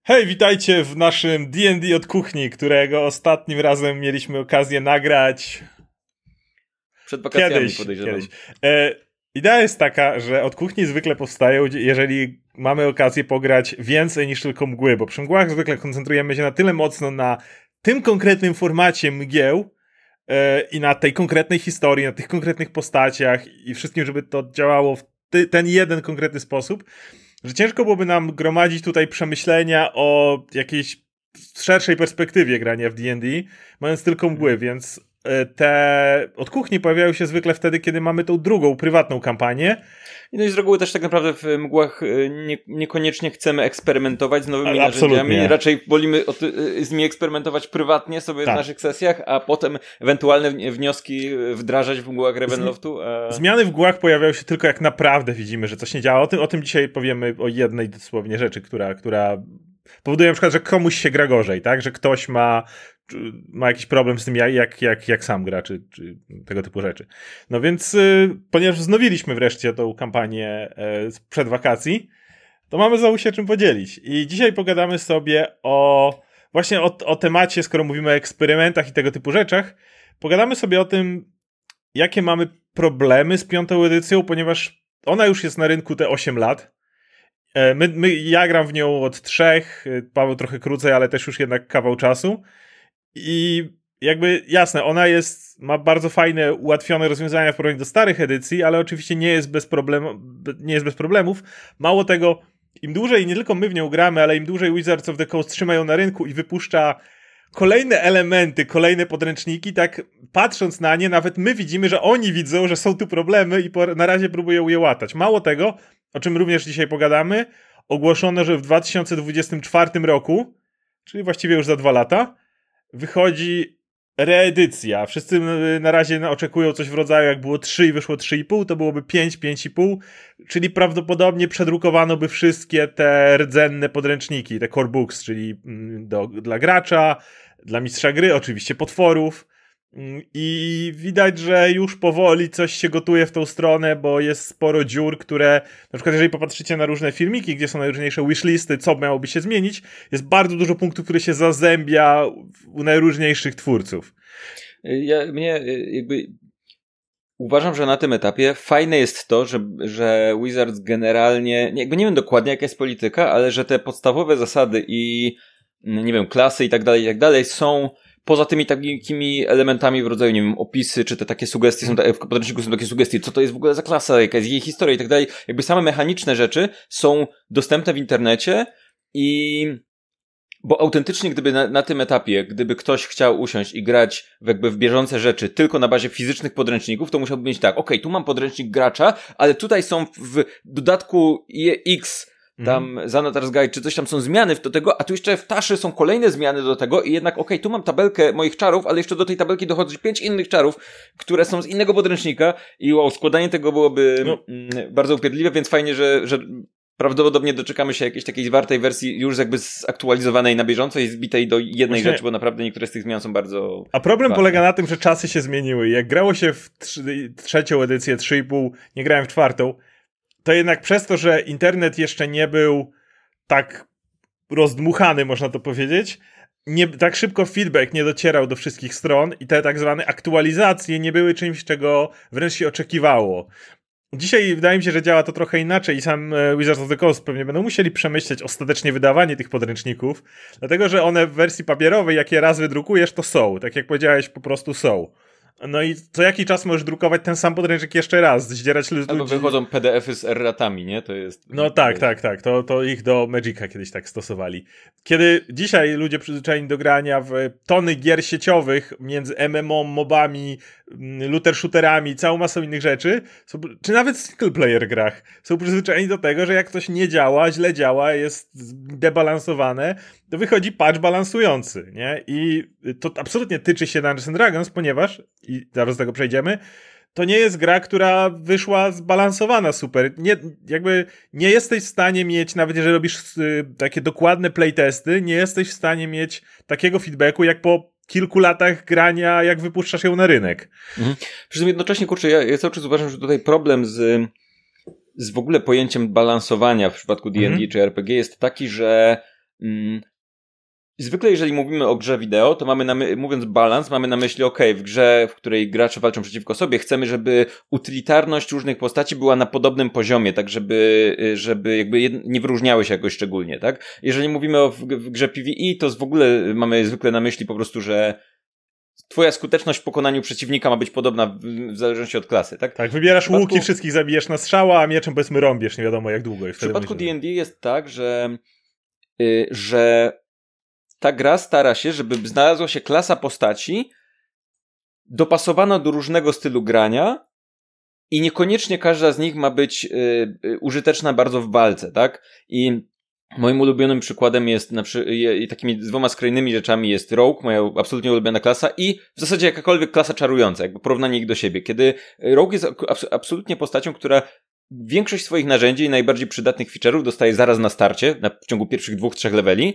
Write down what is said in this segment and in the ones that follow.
Hej, witajcie w naszym D&D od kuchni, którego ostatnim razem mieliśmy okazję nagrać przed wakacjami, podejrzewam. Idea jest taka, że od kuchni zwykle powstają, jeżeli mamy okazję pograć więcej niż tylko mgły, bo przy mgłach zwykle koncentrujemy się na tyle mocno na tym konkretnym formacie mgieł i na tej konkretnej historii, na tych konkretnych postaciach i wszystkim, żeby to działało w ten jeden konkretny sposób, że ciężko byłoby nam gromadzić tutaj przemyślenia o jakiejś szerszej perspektywie grania w D&D, mając tylko mgły, więc te od kuchni pojawiają się zwykle wtedy, kiedy mamy tą drugą, prywatną kampanię. No i z reguły też tak naprawdę w mgłach niekoniecznie chcemy eksperymentować z nowymi narzędziami. Raczej wolimy z nimi eksperymentować prywatnie sobie w naszych sesjach, a potem ewentualne wnioski wdrażać w mgłach Ravenloftu. Zmiany w mgłach pojawiają się tylko jak naprawdę widzimy, że coś nie działa. O tym dzisiaj powiemy, o jednej dosłownie rzeczy, która powoduje na przykład, że komuś się gra gorzej, tak? Że ktoś ma jakiś problem z tym, jak sam gra, czy tego typu rzeczy. No więc, ponieważ wznowiliśmy wreszcie tą kampanię przed wakacji, to mamy znowu się czym podzielić. I dzisiaj pogadamy sobie właśnie o temacie, skoro mówimy o eksperymentach i tego typu rzeczach, pogadamy sobie o tym, jakie mamy problemy z 5. edycją, ponieważ ona już jest na rynku te 8 lat. Ja gram w nią od 3, Paweł trochę krócej, ale też już jednak kawał czasu. I jakby jasne, ona ma bardzo fajne, ułatwione rozwiązania w porównaniu do starych edycji, ale oczywiście nie jest bez problemów. Mało tego, im dłużej nie tylko my w nią gramy, ale im dłużej Wizards of the Coast trzymają na rynku i wypuszcza kolejne elementy, kolejne podręczniki, tak patrząc na nie, nawet my widzimy, że oni widzą, że są tu problemy i na razie próbują je łatać. Mało tego, o czym również dzisiaj pogadamy, ogłoszono, że w 2024 roku, czyli właściwie już za 2 lata, wychodzi reedycja. Wszyscy na razie oczekują coś w rodzaju, jak było 3 i wyszło 3,5, to byłoby 5, 5,5, czyli prawdopodobnie przedrukowano by wszystkie te rdzenne podręczniki, te core books, czyli dla gracza, dla mistrza gry, oczywiście potworów. I widać, że już powoli coś się gotuje w tą stronę, bo jest sporo dziur, które, na przykład jeżeli popatrzycie na różne filmiki, gdzie są najróżniejsze wishlisty, co miałoby się zmienić, jest bardzo dużo punktów, które się zazębia u najróżniejszych twórców. Uważam, że na tym etapie fajne jest to, że Wizards generalnie, nie wiem dokładnie jaka jest polityka, ale że te podstawowe zasady i nie wiem, klasy i tak dalej są poza tymi takimi elementami w rodzaju, nie wiem, opisy, czy te takie sugestie, w podręczniku są takie sugestie, co to jest w ogóle za klasa, jaka jest jej historia i tak dalej. Jakby same mechaniczne rzeczy są dostępne w internecie bo autentycznie gdyby na tym etapie, gdyby ktoś chciał usiąść i grać w bieżące rzeczy tylko na bazie fizycznych podręczników, to musiałby mieć tak, okej, tu mam podręcznik gracza, ale tutaj są w dodatku X tam Xanatar's Guide, czy coś tam są zmiany do tego, a tu jeszcze w Taszy są kolejne zmiany do tego i jednak tu mam tabelkę moich czarów, ale jeszcze do tej tabelki dochodzi 5 innych czarów, które są z innego podręcznika i składanie tego byłoby bardzo upierdliwe, więc fajnie, że prawdopodobnie doczekamy się jakiejś takiej zwartej wersji już jakby zaktualizowanej na bieżąco i zbitej do jednej rzeczy, bo naprawdę niektóre z tych zmian są bardzo... A problem polega na tym, że czasy się zmieniły. Jak grało się w 3. edycję, 3,5, nie grałem w 4, to jednak przez to, że internet jeszcze nie był tak rozdmuchany, można to powiedzieć, tak szybko feedback nie docierał do wszystkich stron i te tak zwane aktualizacje nie były czymś, czego wręcz się oczekiwało. Dzisiaj wydaje mi się, że działa to trochę inaczej i sam Wizards of the Coast pewnie będą musieli przemyśleć ostatecznie wydawanie tych podręczników, dlatego że one w wersji papierowej, jak je raz wydrukujesz, to są. Tak jak powiedziałeś, po prostu są. No i co jaki czas możesz drukować ten sam podręcznik jeszcze raz, zdzierać ludzi. Albo wychodzą PDF-y z erratami, nie? To jest... No tak. To ich do Magica kiedyś tak stosowali. Kiedy dzisiaj ludzie przyzwyczajeni do grania w tony gier sieciowych między MMO, mobami, looter shooterami, całą masą innych rzeczy, czy nawet w single player grach, są przyzwyczajeni do tego, że jak coś nie działa, źle działa, jest debalansowane, to wychodzi patch balansujący, nie? I to absolutnie tyczy się Dungeons and Dragons, ponieważ, i zaraz do tego przejdziemy, to nie jest gra, która wyszła zbalansowana super. Nie jesteś w stanie mieć, nawet jeżeli robisz takie dokładne playtesty, nie jesteś w stanie mieć takiego feedbacku, jak po kilku latach grania, jak wypuszczasz ją na rynek. Przy czym jednocześnie, ja cały czas uważam, że tutaj problem z w ogóle pojęciem balansowania w przypadku D&D czy RPG jest taki, że Zwykle jeżeli mówimy o grze wideo, to mamy mówiąc balans, mamy na myśli w grze, w której gracze walczą przeciwko sobie, chcemy, żeby utylitarność różnych postaci była na podobnym poziomie, tak żeby jakby nie wyróżniały się jakoś szczególnie, tak? Jeżeli mówimy o w grze PvE, to w ogóle mamy zwykle na myśli po prostu, że twoja skuteczność w pokonaniu przeciwnika ma być podobna w zależności od klasy, tak? Tak, wybierasz łuki, wszystkich zabijesz na strzała, a mieczem powiedzmy rąbiesz, nie wiadomo jak długo. W przypadku D&D jest tak, że ta gra stara się, żeby znalazła się klasa postaci dopasowana do różnego stylu grania i niekoniecznie każda z nich ma być użyteczna bardzo w walce, tak? I moim ulubionym przykładem jest takimi dwoma skrajnymi rzeczami jest Rogue, moja absolutnie ulubiona klasa i w zasadzie jakakolwiek klasa czarująca, jakby porównanie ich do siebie. Kiedy Rogue jest absolutnie postacią, która większość swoich narzędzi i najbardziej przydatnych feature'ów dostaje zaraz na starcie, w ciągu pierwszych 2-3 leveli,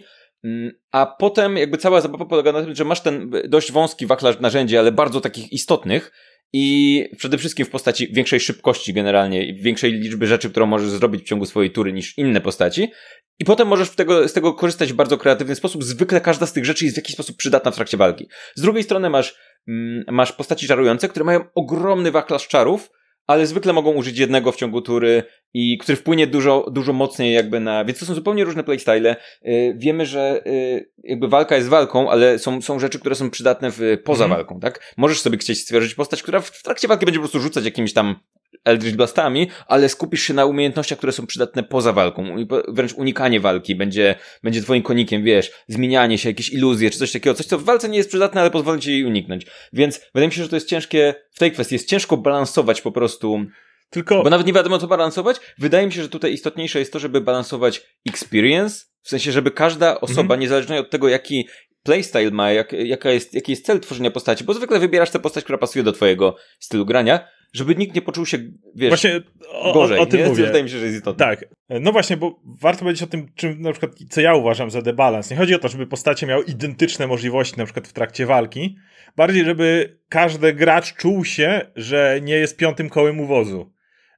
a potem jakby cała zabawa polega na tym, że masz ten dość wąski wachlarz narzędzi, ale bardzo takich istotnych i przede wszystkim w postaci większej szybkości generalnie i większej liczby rzeczy, którą możesz zrobić w ciągu swojej tury niż inne postaci. I potem możesz z tego korzystać w bardzo kreatywny sposób. Zwykle każda z tych rzeczy jest w jakiś sposób przydatna w trakcie walki. Z drugiej strony masz postaci czarujące, które mają ogromny wachlarz czarów, ale zwykle mogą użyć jednego w ciągu tury i który wpłynie dużo mocniej jakby więc to są zupełnie różne playstyle. Wiemy, że jakby walka jest walką, ale są rzeczy, które są przydatne poza walką, tak? Możesz sobie chcieć stworzyć postać, która w trakcie walki będzie po prostu rzucać jakimiś tam Eldritch Blastami, ale skupisz się na umiejętnościach, które są przydatne poza walką. Wręcz unikanie walki będzie twoim konikiem, wiesz, zmienianie się, jakieś iluzje, czy coś takiego, coś co w walce nie jest przydatne, ale pozwoli ci jej uniknąć. Więc wydaje mi się, że to jest ciężkie w tej kwestii, jest ciężko balansować po prostu. Bo nawet nie wiadomo co balansować. Wydaje mi się, że tutaj istotniejsze jest to, żeby balansować experience, w sensie, żeby każda osoba, niezależnie od tego, jaki playstyle ma, jaki jest cel tworzenia postaci, bo zwykle wybierasz tę postać, która pasuje do twojego stylu grania, żeby nikt nie poczuł się, wiesz, właśnie gorzej. O tym mówię. Wydaje mi się, że jest istotne. Tak. No właśnie, bo warto powiedzieć o tym, czym na przykład, co ja uważam za debalans. Nie chodzi o to, żeby postacie miały identyczne możliwości, na przykład w trakcie walki. Bardziej, żeby każdy gracz czuł się, że nie jest piątym kołem u wozu.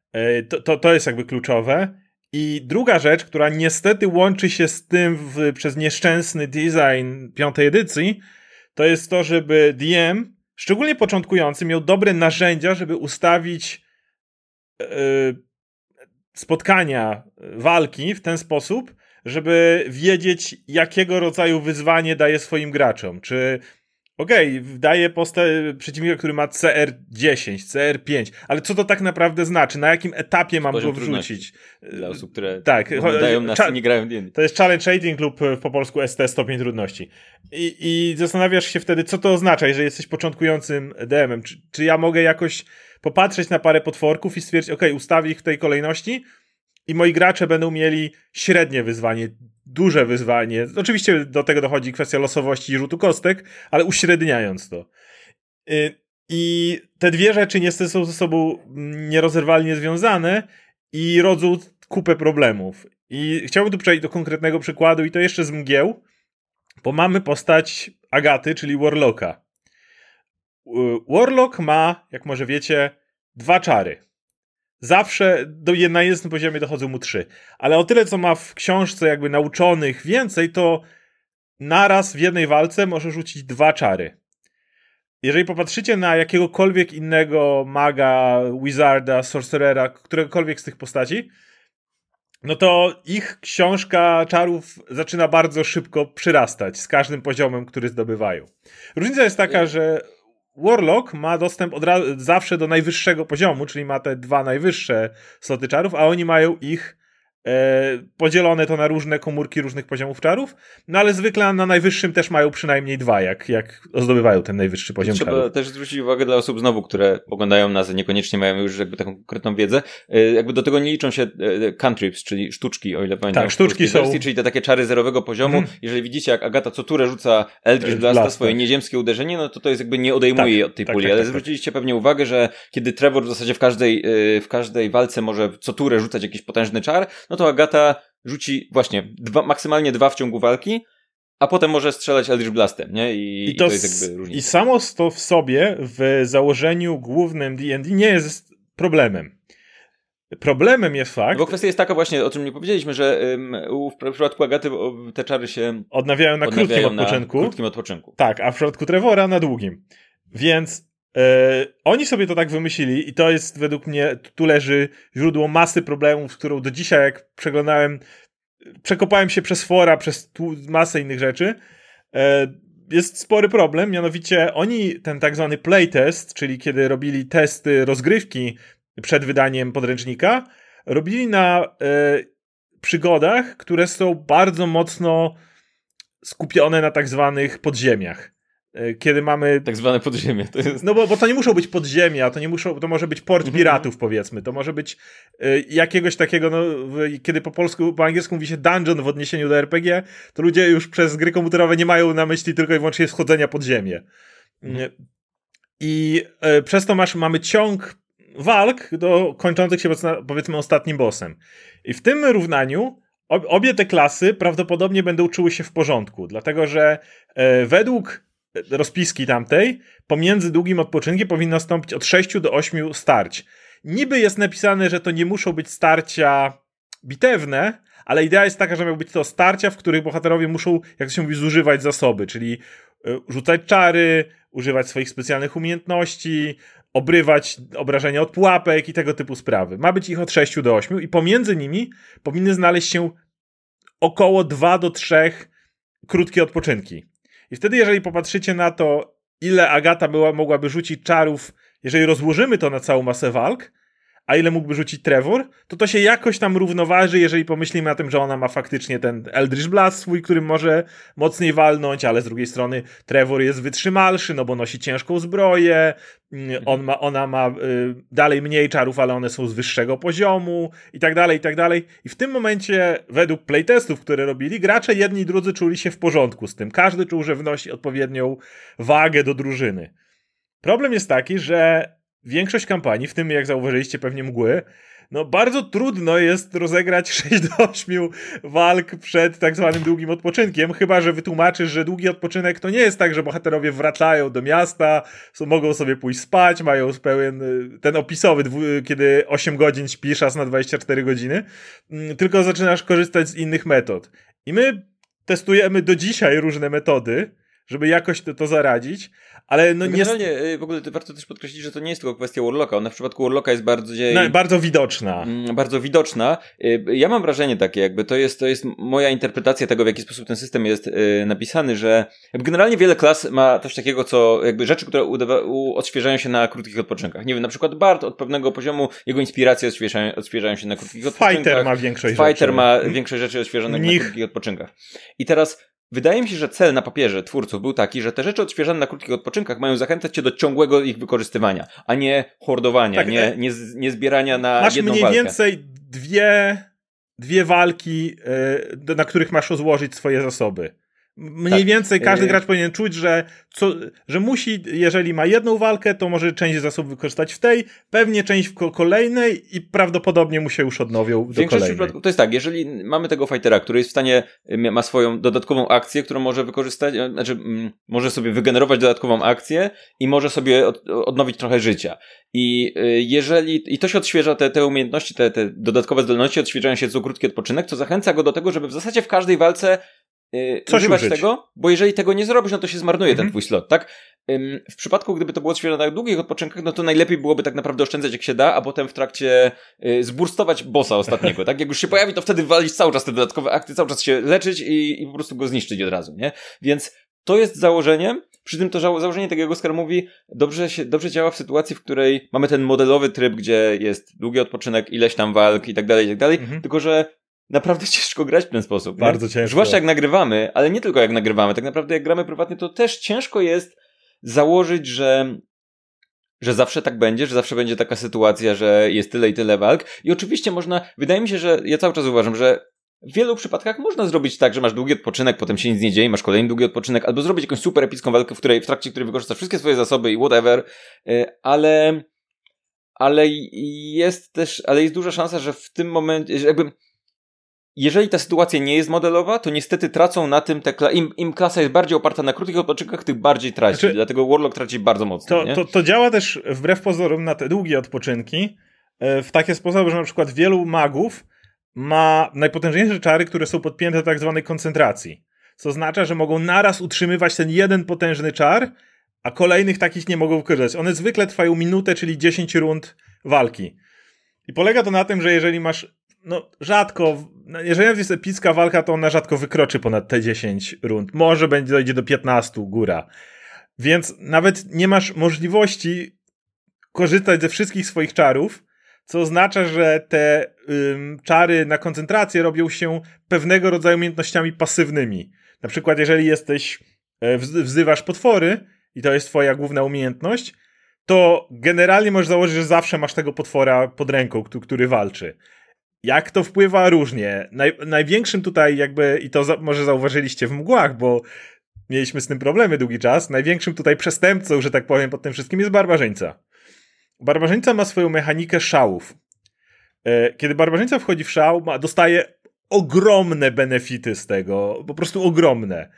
To jest jakby kluczowe. I druga rzecz, która niestety łączy się z tym przez nieszczęsny design piątej edycji, to jest to, żeby DM, szczególnie początkujący, miał dobre narzędzia, żeby ustawić spotkania, walki w ten sposób, żeby wiedzieć, jakiego rodzaju wyzwanie daje swoim graczom. Czy daje przeciwnika, który ma CR10, CR5, ale co to tak naprawdę znaczy? Na jakim etapie mam go wrzucić? Dla osób, które dają nas nie grają D&D. To jest challenge rating lub po polsku ST, stopień trudności. I zastanawiasz się wtedy, co to oznacza, jeżeli jesteś początkującym DM-em. Czy ja mogę jakoś popatrzeć na parę potworków i stwierdzić, ustawię ich w tej kolejności i moi gracze będą mieli średnie wyzwanie, duże wyzwanie. Oczywiście do tego dochodzi kwestia losowości i rzutu kostek, ale uśredniając to. I te dwie rzeczy niestety są ze sobą nierozerwalnie związane i rodzą kupę problemów. I chciałbym tu przejść do konkretnego przykładu i to jeszcze z mgieł, bo mamy postać Agaty, czyli Warlocka. Warlock ma, jak może wiecie, 2 czary. Zawsze na jednym poziomie dochodzą mu 3. Ale o tyle, co ma w książce jakby nauczonych więcej, to naraz w jednej walce może rzucić 2 czary. Jeżeli popatrzycie na jakiegokolwiek innego maga, wizarda, sorcerera, któregokolwiek z tych postaci, no to ich książka czarów zaczyna bardzo szybko przyrastać z każdym poziomem, który zdobywają. Różnica jest taka, że Warlock ma dostęp zawsze do najwyższego poziomu, czyli ma te 2 najwyższe sloty czarów, a oni mają ich podzielone to na różne komórki różnych poziomów czarów, no ale zwykle na najwyższym też mają przynajmniej 2, jak zdobywają ten najwyższy poziom czarów. Trzeba też zwrócić uwagę dla osób znowu, które oglądają nas, niekoniecznie mają już jakby taką konkretną wiedzę, jakby do tego nie liczą się cantrips, czyli sztuczki, o ile pamiętam. Tak, sztuczki są... wersji, czyli te takie czary zerowego poziomu. Jeżeli widzicie, jak Agata co turę rzuca Eldritch Blasta, swoje nieziemskie uderzenie, no to jest jakby nie odejmuje jej od tej puli, ale zwróciliście pewnie uwagę, że kiedy Trevor w zasadzie w każdej walce może co turę rzucać jakiś potężny czar, no to Agata rzuci właśnie maksymalnie 2 w ciągu walki, a potem może strzelać Eldritch Blastem, nie? I to jest jakby różnica. I samo to w sobie w założeniu głównym D&D nie jest problemem. Problemem jest fakt... Bo kwestia jest taka właśnie, o czym nie powiedzieliśmy, że w przypadku Agaty te czary się odnawiają na krótkim odpoczynku. Tak, a w przypadku Trevora na długim. Więc oni sobie to tak wymyślili i to jest według mnie, tu leży źródło masy problemów, z którą do dzisiaj, jak przekopałem się przez fora, przez masę innych rzeczy, jest spory problem, mianowicie oni ten tak zwany playtest, czyli kiedy robili testy rozgrywki przed wydaniem podręcznika, robili na przygodach, które są bardzo mocno skupione na tak zwanych podziemiach. Kiedy mamy... Tak zwane podziemie. To jest... No bo to nie muszą być podziemia, to może być port piratów, powiedzmy. To może być jakiegoś takiego, kiedy po angielsku mówi się dungeon w odniesieniu do RPG, to ludzie już przez gry komputerowe nie mają na myśli tylko i wyłącznie wchodzenia pod ziemię. I przez to mamy ciąg walk kończących się powiedzmy ostatnim bossem. I w tym równaniu obie te klasy prawdopodobnie będą czuły się w porządku, dlatego że według rozpiski tamtej, pomiędzy długim odpoczynkiem powinno nastąpić od 6 do 8 starć. Niby jest napisane, że to nie muszą być starcia bitewne, ale idea jest taka, że mają być to starcia, w których bohaterowie muszą, jak to się mówi, zużywać zasoby, czyli rzucać czary, używać swoich specjalnych umiejętności, obrywać obrażenia od pułapek i tego typu sprawy. Ma być ich od 6 do 8 i pomiędzy nimi powinny znaleźć się około 2 do 3 krótkie odpoczynki. I wtedy, jeżeli popatrzycie na to, ile Agata mogłaby rzucić czarów, jeżeli rozłożymy to na całą masę walk, a ile mógłby rzucić Trevor, to się jakoś tam równoważy, jeżeli pomyślimy na tym, że ona ma faktycznie ten Eldritch Blast swój, którym może mocniej walnąć, ale z drugiej strony Trevor jest wytrzymalszy, no bo nosi ciężką zbroję, ona ma dalej mniej czarów, ale one są z wyższego poziomu i tak dalej, i tak dalej. I w tym momencie, według playtestów, które robili, gracze jedni i drudzy czuli się w porządku z tym. Każdy czuł, że wnosi odpowiednią wagę do drużyny. Problem jest taki, że większość kampanii, w tym jak zauważyliście pewnie Mgły, no bardzo trudno jest rozegrać 6 do 8 walk przed tak zwanym długim odpoczynkiem, chyba że wytłumaczysz, że długi odpoczynek to nie jest tak, że bohaterowie wracają do miasta, mogą sobie pójść spać, mają pełen ten opisowy, kiedy 8 godzin śpisz, a na 24 godziny, tylko zaczynasz korzystać z innych metod. I my testujemy do dzisiaj różne metody, żeby jakoś to zaradzić, ale no nie... Generalnie w ogóle warto też podkreślić, że to nie jest tylko kwestia Warlocka. Ona w przypadku Warlocka jest bardzo widoczna. Bardzo widoczna. Ja mam wrażenie takie, jakby to jest moja interpretacja tego, w jaki sposób ten system jest napisany, że generalnie wiele klas ma coś takiego, co jakby rzeczy, które odświeżają się na krótkich odpoczynkach. Nie wiem, na przykład Bard od pewnego poziomu, jego inspiracje odświeżają się na krótkich odpoczynkach. Fighter ma większość rzeczy. Ma większość rzeczy odświeżonych na krótkich odpoczynkach. I teraz wydaje mi się, że cel na papierze twórców był taki, że te rzeczy odświeżane na krótkich odpoczynkach mają zachęcać cię do ciągłego ich wykorzystywania, a nie hordowania, tak, nie zbierania na jedną walkę. Masz mniej więcej dwie walki, na których masz rozłożyć swoje zasoby. Mniej więcej każdy gracz powinien czuć, że musi, jeżeli ma jedną walkę, to może część zasobów wykorzystać w tej, pewnie część w kolejnej i prawdopodobnie mu się już odnowią do kolejnej. To jest tak, jeżeli mamy tego fightera, który jest w stanie, ma swoją dodatkową akcję, którą może wykorzystać, może sobie wygenerować dodatkową akcję i może sobie odnowić trochę życia. I to się odświeża, te umiejętności, te dodatkowe zdolności odświeżają się co krótki odpoczynek, co zachęca go do tego, żeby w zasadzie w każdej walce używać tego, bo jeżeli tego nie zrobisz, no to się zmarnuje ten twój slot, tak? W przypadku, gdyby to było odświeżone na długich odpoczynkach, no to najlepiej byłoby tak naprawdę oszczędzać jak się da, a potem w trakcie zburstować bossa ostatniego, tak? Jak już się pojawi, to wtedy walić cały czas te dodatkowe akty, cały czas się leczyć i po prostu go zniszczyć od razu, nie? Więc to jest założeniem, przy tym to założenie, tak jak Oskar mówi, dobrze działa w sytuacji, w której mamy ten modelowy tryb, gdzie jest długi odpoczynek, ileś tam walk i tak dalej, tylko że naprawdę ciężko grać w ten sposób. Bardzo ciężko. Zwłaszcza jak nagrywamy, ale nie tylko jak nagrywamy. Tak naprawdę jak gramy prywatnie, to też ciężko jest założyć, że zawsze tak będzie, że zawsze będzie taka sytuacja, że jest tyle i tyle walk. I oczywiście wydaje mi się, że ja cały czas uważam, że w wielu przypadkach można zrobić tak, że masz długi odpoczynek, potem się nic nie dzieje, masz kolejny długi odpoczynek, albo zrobić jakąś super epicką walkę, w trakcie której wykorzystasz wszystkie swoje zasoby i whatever, ale jest duża szansa, że w tym momencie, że jakby jeżeli ta sytuacja nie jest modelowa, to niestety tracą na tym im klasa jest bardziej oparta na krótkich odpoczynkach, tym bardziej traci. Dlatego Warlock traci bardzo mocno. To działa też wbrew pozorom na te długie odpoczynki, w taki sposób, że na przykład wielu magów ma najpotężniejsze czary, które są podpięte do tak zwanej koncentracji. Co oznacza, że mogą naraz utrzymywać ten jeden potężny czar, a kolejnych takich nie mogą wykorzystać. One zwykle trwają minutę, czyli 10 rund walki. I polega to na tym, że jeżeli masz, rzadko, jeżeli jest epicka walka, to ona rzadko wykroczy ponad te 10 rund. Może dojdzie do 15 góra. Więc nawet nie masz możliwości korzystać ze wszystkich swoich czarów, co oznacza, że te czary na koncentrację robią się pewnego rodzaju umiejętnościami pasywnymi. Na przykład jeżeli wzywasz potwory i to jest twoja główna umiejętność, to generalnie możesz założyć, że zawsze masz tego potwora pod ręką, który walczy. Jak to wpływa? Różnie. Największym tutaj i to może zauważyliście w mgłach, bo mieliśmy z tym problemy długi czas, największym tutaj przestępcą, że tak powiem, pod tym wszystkim jest barbarzyńca. Barbarzyńca ma swoją mechanikę szałów. Kiedy barbarzyńca wchodzi w szał, dostaje ogromne benefity z tego, po prostu ogromne.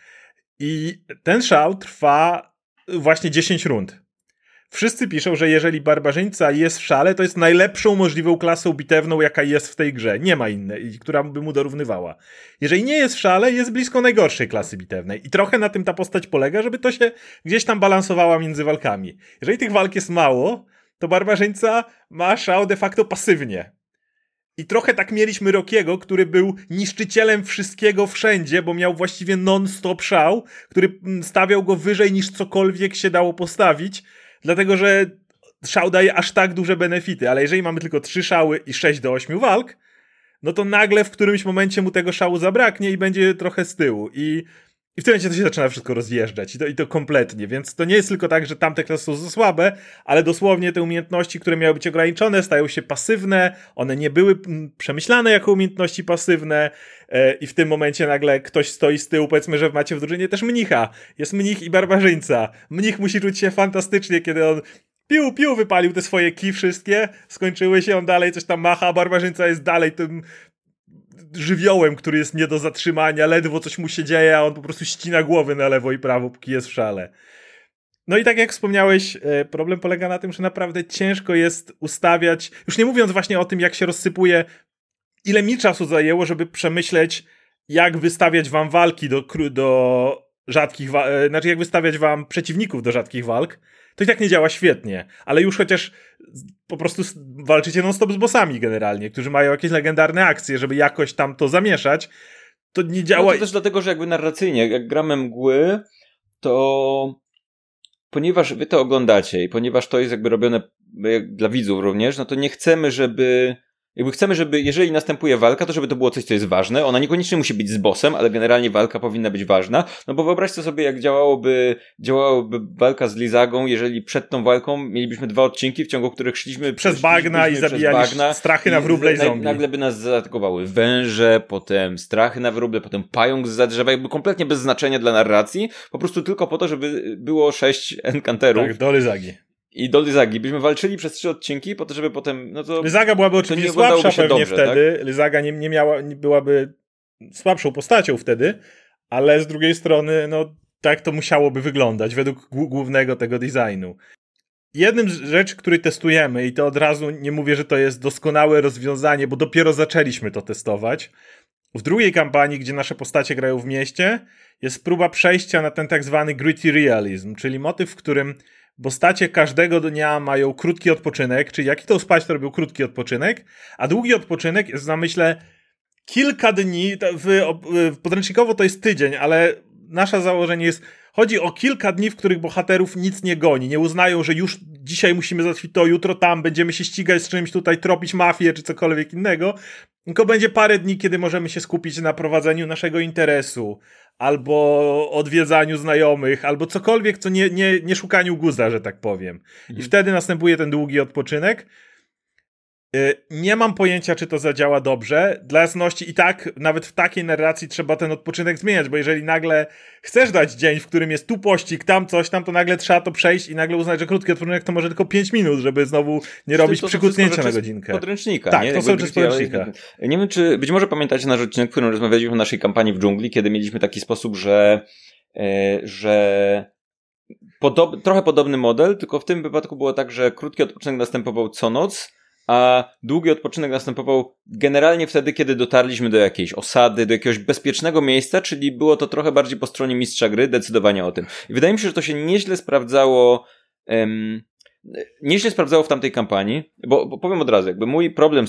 I ten szał trwa właśnie 10 rund. Wszyscy piszą, że jeżeli barbarzyńca jest w szale, to jest najlepszą możliwą klasą bitewną, jaka jest w tej grze. Nie ma innej, która by mu dorównywała. Jeżeli nie jest w szale, jest blisko najgorszej klasy bitewnej. I trochę na tym ta postać polega, żeby to się gdzieś tam balansowała między walkami. Jeżeli tych walk jest mało, to barbarzyńca ma szał de facto pasywnie. I trochę tak mieliśmy Rockiego, który był niszczycielem wszystkiego wszędzie, bo miał właściwie non-stop szał, który stawiał go wyżej niż cokolwiek się dało postawić, dlatego że szał daje aż tak duże benefity, ale jeżeli mamy tylko 3 szały i 6 do 8 walk, no to nagle w którymś momencie mu tego szału zabraknie i będzie trochę z tyłu. I w tym momencie to się zaczyna wszystko rozjeżdżać i to kompletnie, więc to nie jest tylko tak, że tamte klasy są za słabe, ale dosłownie te umiejętności, które miały być ograniczone, stają się pasywne, one nie były przemyślane jako umiejętności pasywne i w tym momencie nagle ktoś stoi z tyłu, powiedzmy, że macie w drużynie też mnicha, jest mnich i barbarzyńca. Mnich musi czuć się fantastycznie, kiedy on piu, wypalił te swoje kij wszystkie, skończyły się, on dalej coś tam macha, a barbarzyńca jest dalej tym żywiołem, który jest nie do zatrzymania, ledwo coś mu się dzieje, a on po prostu ścina głowy na lewo i prawo, póki jest w szale. No i tak jak wspomniałeś, problem polega na tym, że naprawdę ciężko jest ustawiać, już nie mówiąc właśnie o tym, jak się rozsypuje, ile mi czasu zajęło, żeby przemyśleć, jak wystawiać wam walki do rzadkich znaczy jak wystawiać wam przeciwników do rzadkich walk, to i tak nie działa świetnie, ale już chociaż po prostu walczycie non-stop z bossami generalnie, którzy mają jakieś legendarne akcje, żeby jakoś tam to zamieszać, to nie działa. No to też dlatego, że narracyjnie, jak gramy mgły, to ponieważ wy to oglądacie i ponieważ to jest robione dla widzów również, no to nie chcemy, chcemy, żeby jeżeli następuje walka, to żeby to było coś, co jest ważne. Ona niekoniecznie musi być z bossem, ale generalnie walka powinna być ważna. No bo wyobraźcie sobie, jak działałaby walka z Lizagą, jeżeli przed tą walką mielibyśmy 2 odcinki, w ciągu których szliśmy przez bagna i zabijali strachy na wróble i zombie. Nagle by nas zaatakowały węże, potem strachy na wróble, potem pająk zza drzewa, kompletnie bez znaczenia dla narracji, po prostu tylko po to, żeby było 6 encounterów. Tak, do Lyzagi. I do Lyzagi. Byśmy walczyli przez 3 odcinki po to, żeby potem, Lyzaga byłaby oczywiście słabsza pewnie dobrze, wtedy. Tak? Lyzaga nie byłaby słabszą postacią wtedy, ale z drugiej strony, tak to musiałoby wyglądać według głównego tego designu. Jednym z rzeczy, który testujemy, i to od razu nie mówię, że to jest doskonałe rozwiązanie, bo dopiero zaczęliśmy to testować. W drugiej kampanii, gdzie nasze postacie grają w mieście, jest próba przejścia na ten tak zwany gritty realism, czyli motyw, w którym postacie każdego dnia mają krótki odpoczynek, czyli jak idą spać, to robią krótki odpoczynek, a długi odpoczynek jest w zamyśle kilka dni, podręcznikowo to jest tydzień, ale nasze założenie jest, chodzi o kilka dni, w których bohaterów nic nie goni, nie uznają, że już dzisiaj musimy załatwić to, jutro tam, będziemy się ścigać z czymś tutaj, tropić mafię czy cokolwiek innego, tylko będzie parę dni, kiedy możemy się skupić na prowadzeniu naszego interesu, albo odwiedzaniu znajomych, albo cokolwiek, co nie szukaniu guza, że tak powiem. I wtedy następuje ten długi odpoczynek. Nie mam pojęcia, czy to zadziała dobrze. Dla jasności i tak, nawet w takiej narracji trzeba ten odpoczynek zmieniać, bo jeżeli nagle chcesz dać dzień, w którym jest tu pościg, tam coś, tam to nagle trzeba to przejść i nagle uznać, że krótki odpoczynek to może tylko 5 minut, żeby znowu nie robić przykucnięcia na godzinkę. Podręcznika. Tak, nie? To są rzeczy z podręcznika. Nie wiem, czy być może pamiętacie nasz odcinek, w którym rozmawialiśmy o naszej kampanii w dżungli, kiedy mieliśmy taki sposób, że trochę podobny model, tylko w tym wypadku było tak, że krótki odpoczynek następował co noc, a długi odpoczynek następował generalnie wtedy, kiedy dotarliśmy do jakiejś osady, do jakiegoś bezpiecznego miejsca, czyli było to trochę bardziej po stronie mistrza gry, decydowanie o tym. I wydaje mi się, że to się nieźle sprawdzało w tamtej kampanii, bo powiem od razu, jakby mój problem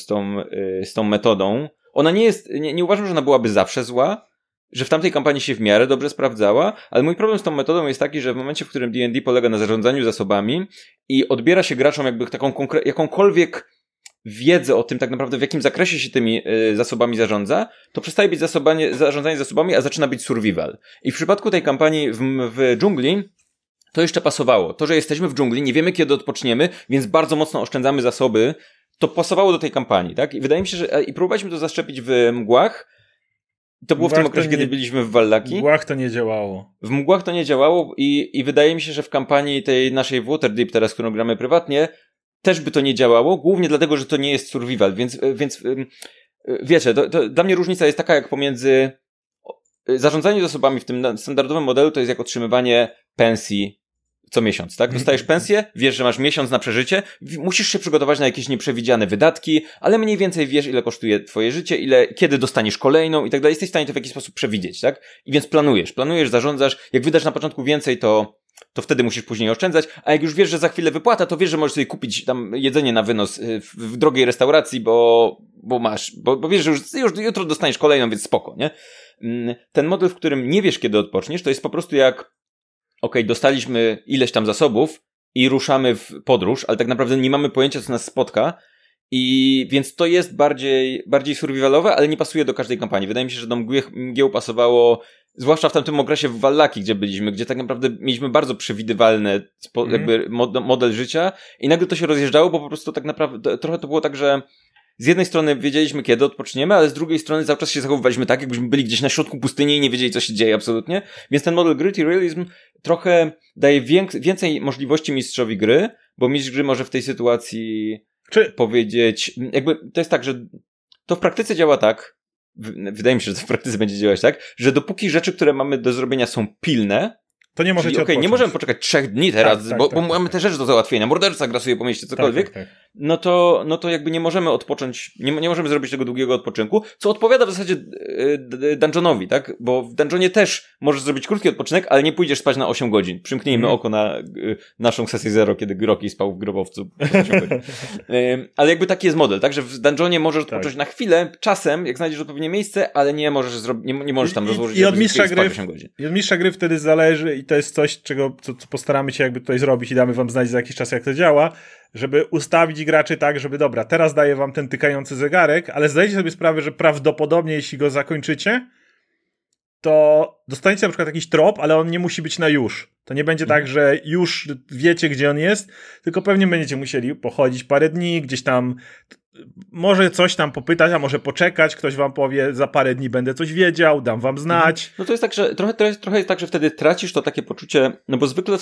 z tą metodą, ona nie uważam, że ona byłaby zawsze zła, że w tamtej kampanii się w miarę dobrze sprawdzała, ale mój problem z tą metodą jest taki, że w momencie, w którym D&D polega na zarządzaniu zasobami i odbiera się graczom jakby taką jakąkolwiek wiedzę o tym tak naprawdę, w jakim zakresie się tymi zasobami zarządza, to przestaje być zarządzanie zasobami, a zaczyna być survival. I w przypadku tej kampanii w dżungli to jeszcze pasowało. To, że jesteśmy w dżungli, nie wiemy kiedy odpoczniemy, więc bardzo mocno oszczędzamy zasoby, to pasowało do tej kampanii, tak? I wydaje mi się, że i próbowaliśmy to zaszczepić w mgłach. To było w tym okresie, kiedy byliśmy w Wallaki. W mgłach to nie działało. W mgłach to nie działało i wydaje mi się, że w kampanii tej naszej Waterdeep teraz, którą gramy prywatnie, też by to nie działało, głównie dlatego, że to nie jest survival, więc wiecie, to dla mnie różnica jest taka jak pomiędzy zarządzanie zasobami w tym standardowym modelu to jest jak otrzymywanie pensji co miesiąc, tak? Dostajesz pensję, wiesz, że masz miesiąc na przeżycie, musisz się przygotować na jakieś nieprzewidziane wydatki, ale mniej więcej wiesz, ile kosztuje twoje życie, kiedy dostaniesz kolejną i tak dalej. Jesteś w stanie to w jakiś sposób przewidzieć, tak? I więc planujesz, zarządzasz. Jak wydasz na początku więcej, to wtedy musisz później oszczędzać, a jak już wiesz, że za chwilę wypłata, to wiesz, że możesz sobie kupić tam jedzenie na wynos w drogiej restauracji, bo wiesz, że już jutro dostaniesz kolejną, więc spoko, nie? Ten model, w którym nie wiesz, kiedy odpoczniesz, to jest po prostu jak dostaliśmy ileś tam zasobów i ruszamy w podróż, ale tak naprawdę nie mamy pojęcia, co nas spotka i więc to jest bardziej survivalowe, ale nie pasuje do każdej kampanii. Wydaje mi się, że do mgieł pasowało, zwłaszcza w tamtym okresie w Wallaki, gdzie byliśmy, gdzie tak naprawdę mieliśmy bardzo przewidywalny jakby model życia i nagle to się rozjeżdżało, bo po prostu tak naprawdę trochę to było tak, że z jednej strony wiedzieliśmy, kiedy odpoczniemy, ale z drugiej strony cały czas się zachowywaliśmy tak, jakbyśmy byli gdzieś na środku pustyni i nie wiedzieli, co się dzieje absolutnie. Więc ten model Gritty Realism trochę daje więcej możliwości mistrzowi gry, bo mistrz gry może w tej sytuacji powiedzieć, jakby to jest tak, że to w praktyce działa tak, wydaje mi się, że to w praktyce będzie działać tak, że dopóki rzeczy, które mamy do zrobienia są pilne, to nie możecie odpocząć. Nie możemy poczekać 3 dni teraz, bo mamy te rzeczy do załatwienia. Morderca grasuje po mieście, cokolwiek. Tak. No to jakby nie możemy odpocząć, nie możemy zrobić tego długiego odpoczynku, co odpowiada w zasadzie dungeonowi, tak? Bo w dungeonie też możesz zrobić krótki odpoczynek, ale nie pójdziesz spać na 8 godzin. Przymknijmy oko na naszą sesję 0, kiedy Rocky spał w grobowcu. Ale jakby taki jest model, tak? Że w dungeonie możesz odpocząć na chwilę, czasem, jak znajdziesz odpowiednie miejsce, ale nie możesz nie możesz tam rozłożyć i od mistrza gry 8 godzin. I od mistrza gry wtedy zależy i to jest coś, co postaramy się jakby tutaj zrobić i damy wam znać za jakiś czas, jak to działa, żeby ustawić graczy tak, żeby dobra, teraz daję wam ten tykający zegarek, ale zdajcie sobie sprawę, że prawdopodobnie jeśli go zakończycie, to dostaniecie na przykład jakiś trop, ale on nie musi być na już. To nie będzie tak, że już wiecie, gdzie on jest, tylko pewnie będziecie musieli pochodzić parę dni, gdzieś tam może coś tam popytać, a może poczekać, ktoś wam powie, za parę dni będę coś wiedział, dam wam znać. No to jest tak, że trochę jest tak, że wtedy tracisz to takie poczucie, no bo zwykle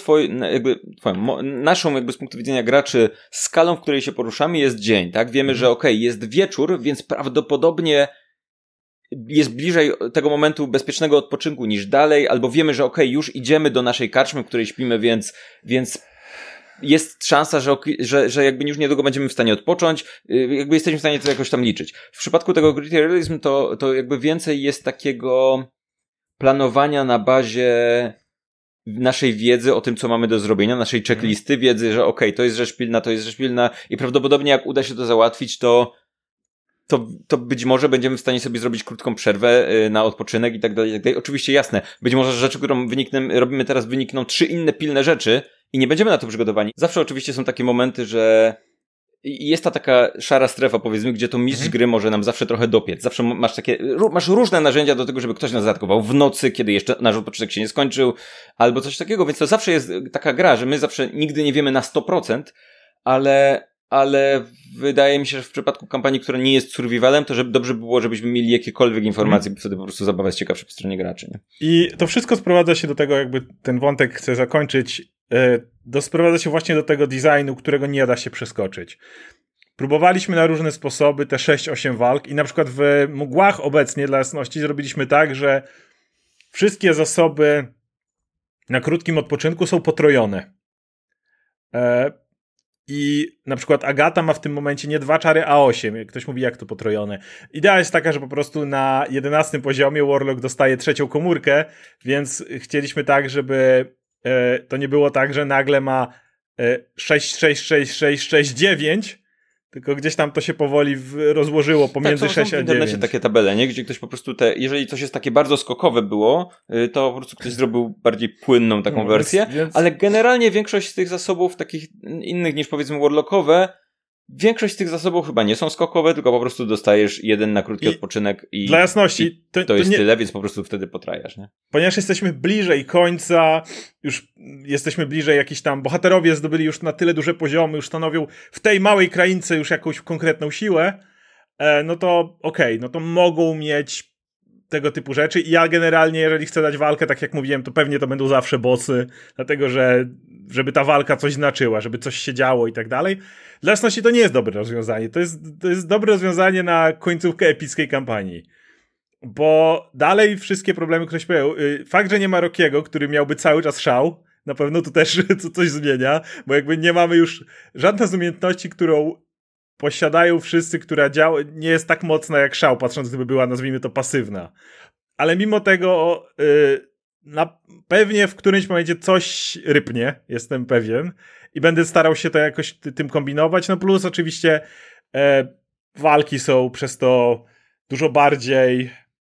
naszą jakby z punktu widzenia graczy skalą, w której się poruszamy jest dzień, tak? Wiemy, że jest wieczór, więc prawdopodobnie jest bliżej tego momentu bezpiecznego odpoczynku niż dalej, albo wiemy, że już idziemy do naszej karczmy, w której śpimy, więc jest szansa, że jakby już niedługo będziemy w stanie odpocząć, jakby jesteśmy w stanie to jakoś tam liczyć. W przypadku tego Gritty Realism to jakby więcej jest takiego planowania na bazie naszej wiedzy o tym, co mamy do zrobienia, naszej checklisty wiedzy, że to jest rzecz pilna i prawdopodobnie jak uda się to załatwić, to być może będziemy w stanie sobie zrobić krótką przerwę na odpoczynek i tak dalej, i tak dalej. Oczywiście jasne, być może rzeczy, którą robimy teraz, wynikną 3 inne pilne rzeczy i nie będziemy na to przygotowani. Zawsze oczywiście są takie momenty, że jest ta taka szara strefa, powiedzmy, gdzie to mistrz gry może nam zawsze trochę dopiec. Zawsze masz różne narzędzia do tego, żeby ktoś nas zaatakował w nocy, kiedy jeszcze nasz odpoczynek się nie skończył, albo coś takiego, więc to zawsze jest taka gra, że my zawsze nigdy nie wiemy na 100%, ale wydaje mi się, że w przypadku kampanii, która nie jest survivalem, to dobrze by było, żebyśmy mieli jakiekolwiek informacje, bo wtedy po prostu zabawa jest ciekawsza po stronie graczy. Nie? I to wszystko sprowadza się do tego, jakby ten wątek chcę zakończyć, sprowadza się właśnie do tego designu, którego nie da się przeskoczyć. Próbowaliśmy na różne sposoby te 6-8 walk i na przykład w mgłach obecnie, dla jasności, zrobiliśmy tak, że wszystkie zasoby na krótkim odpoczynku są potrojone. I na przykład Agata ma w tym momencie nie 2 czary, a 8. Ktoś mówi, jak to potrojone. Idea jest taka, że po prostu na 11 poziomie Warlock dostaje 3. komórkę, więc chcieliśmy tak, żeby to nie było tak, że nagle ma 6, 6, 6, 6, 6, 9, tylko gdzieś tam to się powoli rozłożyło pomiędzy 6 a 9. Są w internecie takie tabele, nie? Gdzie ktoś po prostu jeżeli coś jest takie bardzo skokowe było, to po prostu ktoś zrobił bardziej płynną taką wersję, ale generalnie większość z tych zasobów takich innych niż powiedzmy warlockowe, większość z tych zasobów chyba nie są skokowe, tylko po prostu dostajesz 1 na krótki odpoczynek i dla jasności to jest tyle, więc po prostu wtedy potrajasz, nie? Ponieważ jesteśmy bliżej końca, już jesteśmy bliżej jakiś tam bohaterowie zdobyli już na tyle duże poziomy, już stanowią w tej małej kraince już jakąś konkretną siłę, no to okej, no to mogą mieć tego typu rzeczy i ja generalnie, jeżeli chcę dać walkę, tak jak mówiłem, to pewnie to będą zawsze bossy, dlatego że żeby ta walka coś znaczyła, żeby coś się działo i tak dalej. Dla jasności to nie jest dobre rozwiązanie. To jest dobre rozwiązanie na końcówkę epickiej kampanii. Bo dalej wszystkie problemy, które się pojawiają. Fakt, że nie ma Rockiego, który miałby cały czas szał, na pewno tu też coś zmienia, bo jakby nie mamy już żadnej z umiejętności, którą posiadają wszyscy, która nie jest tak mocna jak szał, patrząc gdyby była, nazwijmy to, pasywna. Ale mimo tego pewnie w którymś momencie coś rypnie, jestem pewien, i będę starał się to jakoś tym kombinować. No plus oczywiście walki są przez to dużo bardziej...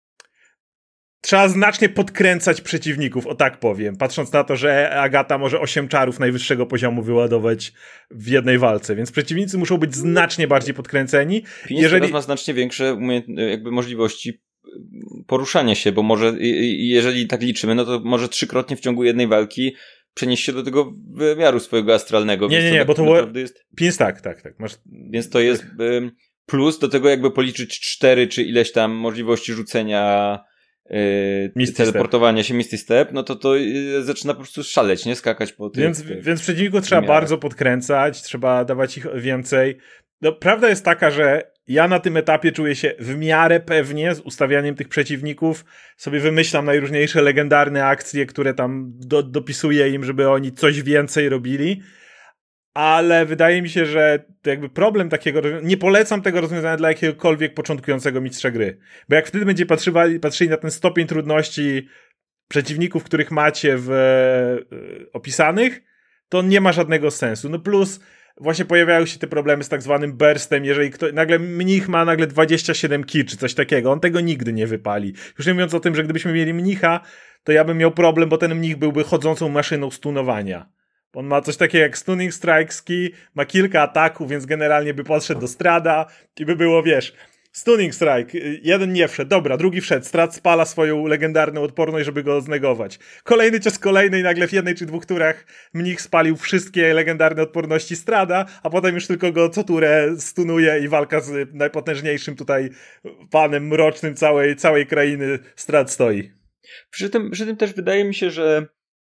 Trzeba znacznie podkręcać przeciwników, o tak powiem, patrząc na to, że Agata może 8 czarów najwyższego poziomu wyładować w jednej walce, więc przeciwnicy muszą być znacznie bardziej podkręceni. Jeżeli ma znacznie większe jakby możliwości poruszania się, bo może, jeżeli tak liczymy, no to może 3-krotnie w ciągu jednej walki przenieść się do tego wymiaru swojego astralnego. Nie, bo to było... Jest... 5, tak. Masz... Więc to jest plus do tego jakby policzyć 4 czy ileś tam możliwości rzucenia teleportowania się Misty Step, no to zaczyna po prostu szaleć, nie? Skakać po tym. Więc przeciwników trzeba bardzo podkręcać, trzeba dawać ich więcej. No, prawda jest taka, że ja na tym etapie czuję się w miarę pewnie z ustawianiem tych przeciwników. Sobie wymyślam najróżniejsze legendarne akcje, które tam dopisuję im, żeby oni coś więcej robili. Ale wydaje mi się, że to jakby problem takiego... Nie polecam tego rozwiązania dla jakiegokolwiek początkującego mistrza gry. Bo jak wtedy będzie patrzyli na ten stopień trudności przeciwników, których macie opisanych, to nie ma żadnego sensu. No plus właśnie pojawiają się te problemy z tak zwanym burstem, jeżeli nagle mnich ma 27 ki czy coś takiego. On tego nigdy nie wypali. Już nie mówiąc o tym, że gdybyśmy mieli mnicha, to ja bym miał problem, bo ten mnich byłby chodzącą maszyną stunowania. On ma coś takiego jak Stunning Strikeski, ma kilka ataków, więc generalnie by podszedł do Strada i by było, wiesz, Stunning Strike, jeden nie wszedł, dobra, drugi wszedł, Strad spala swoją legendarną odporność, żeby go znegować. Kolejny cios kolejny i nagle w 1 czy 2 turach mnich spalił wszystkie legendarne odporności Strada, a potem już tylko go co turę stunuje i walka z najpotężniejszym tutaj panem mrocznym całej krainy Strad stoi. Przy tym też wydaje mi się, że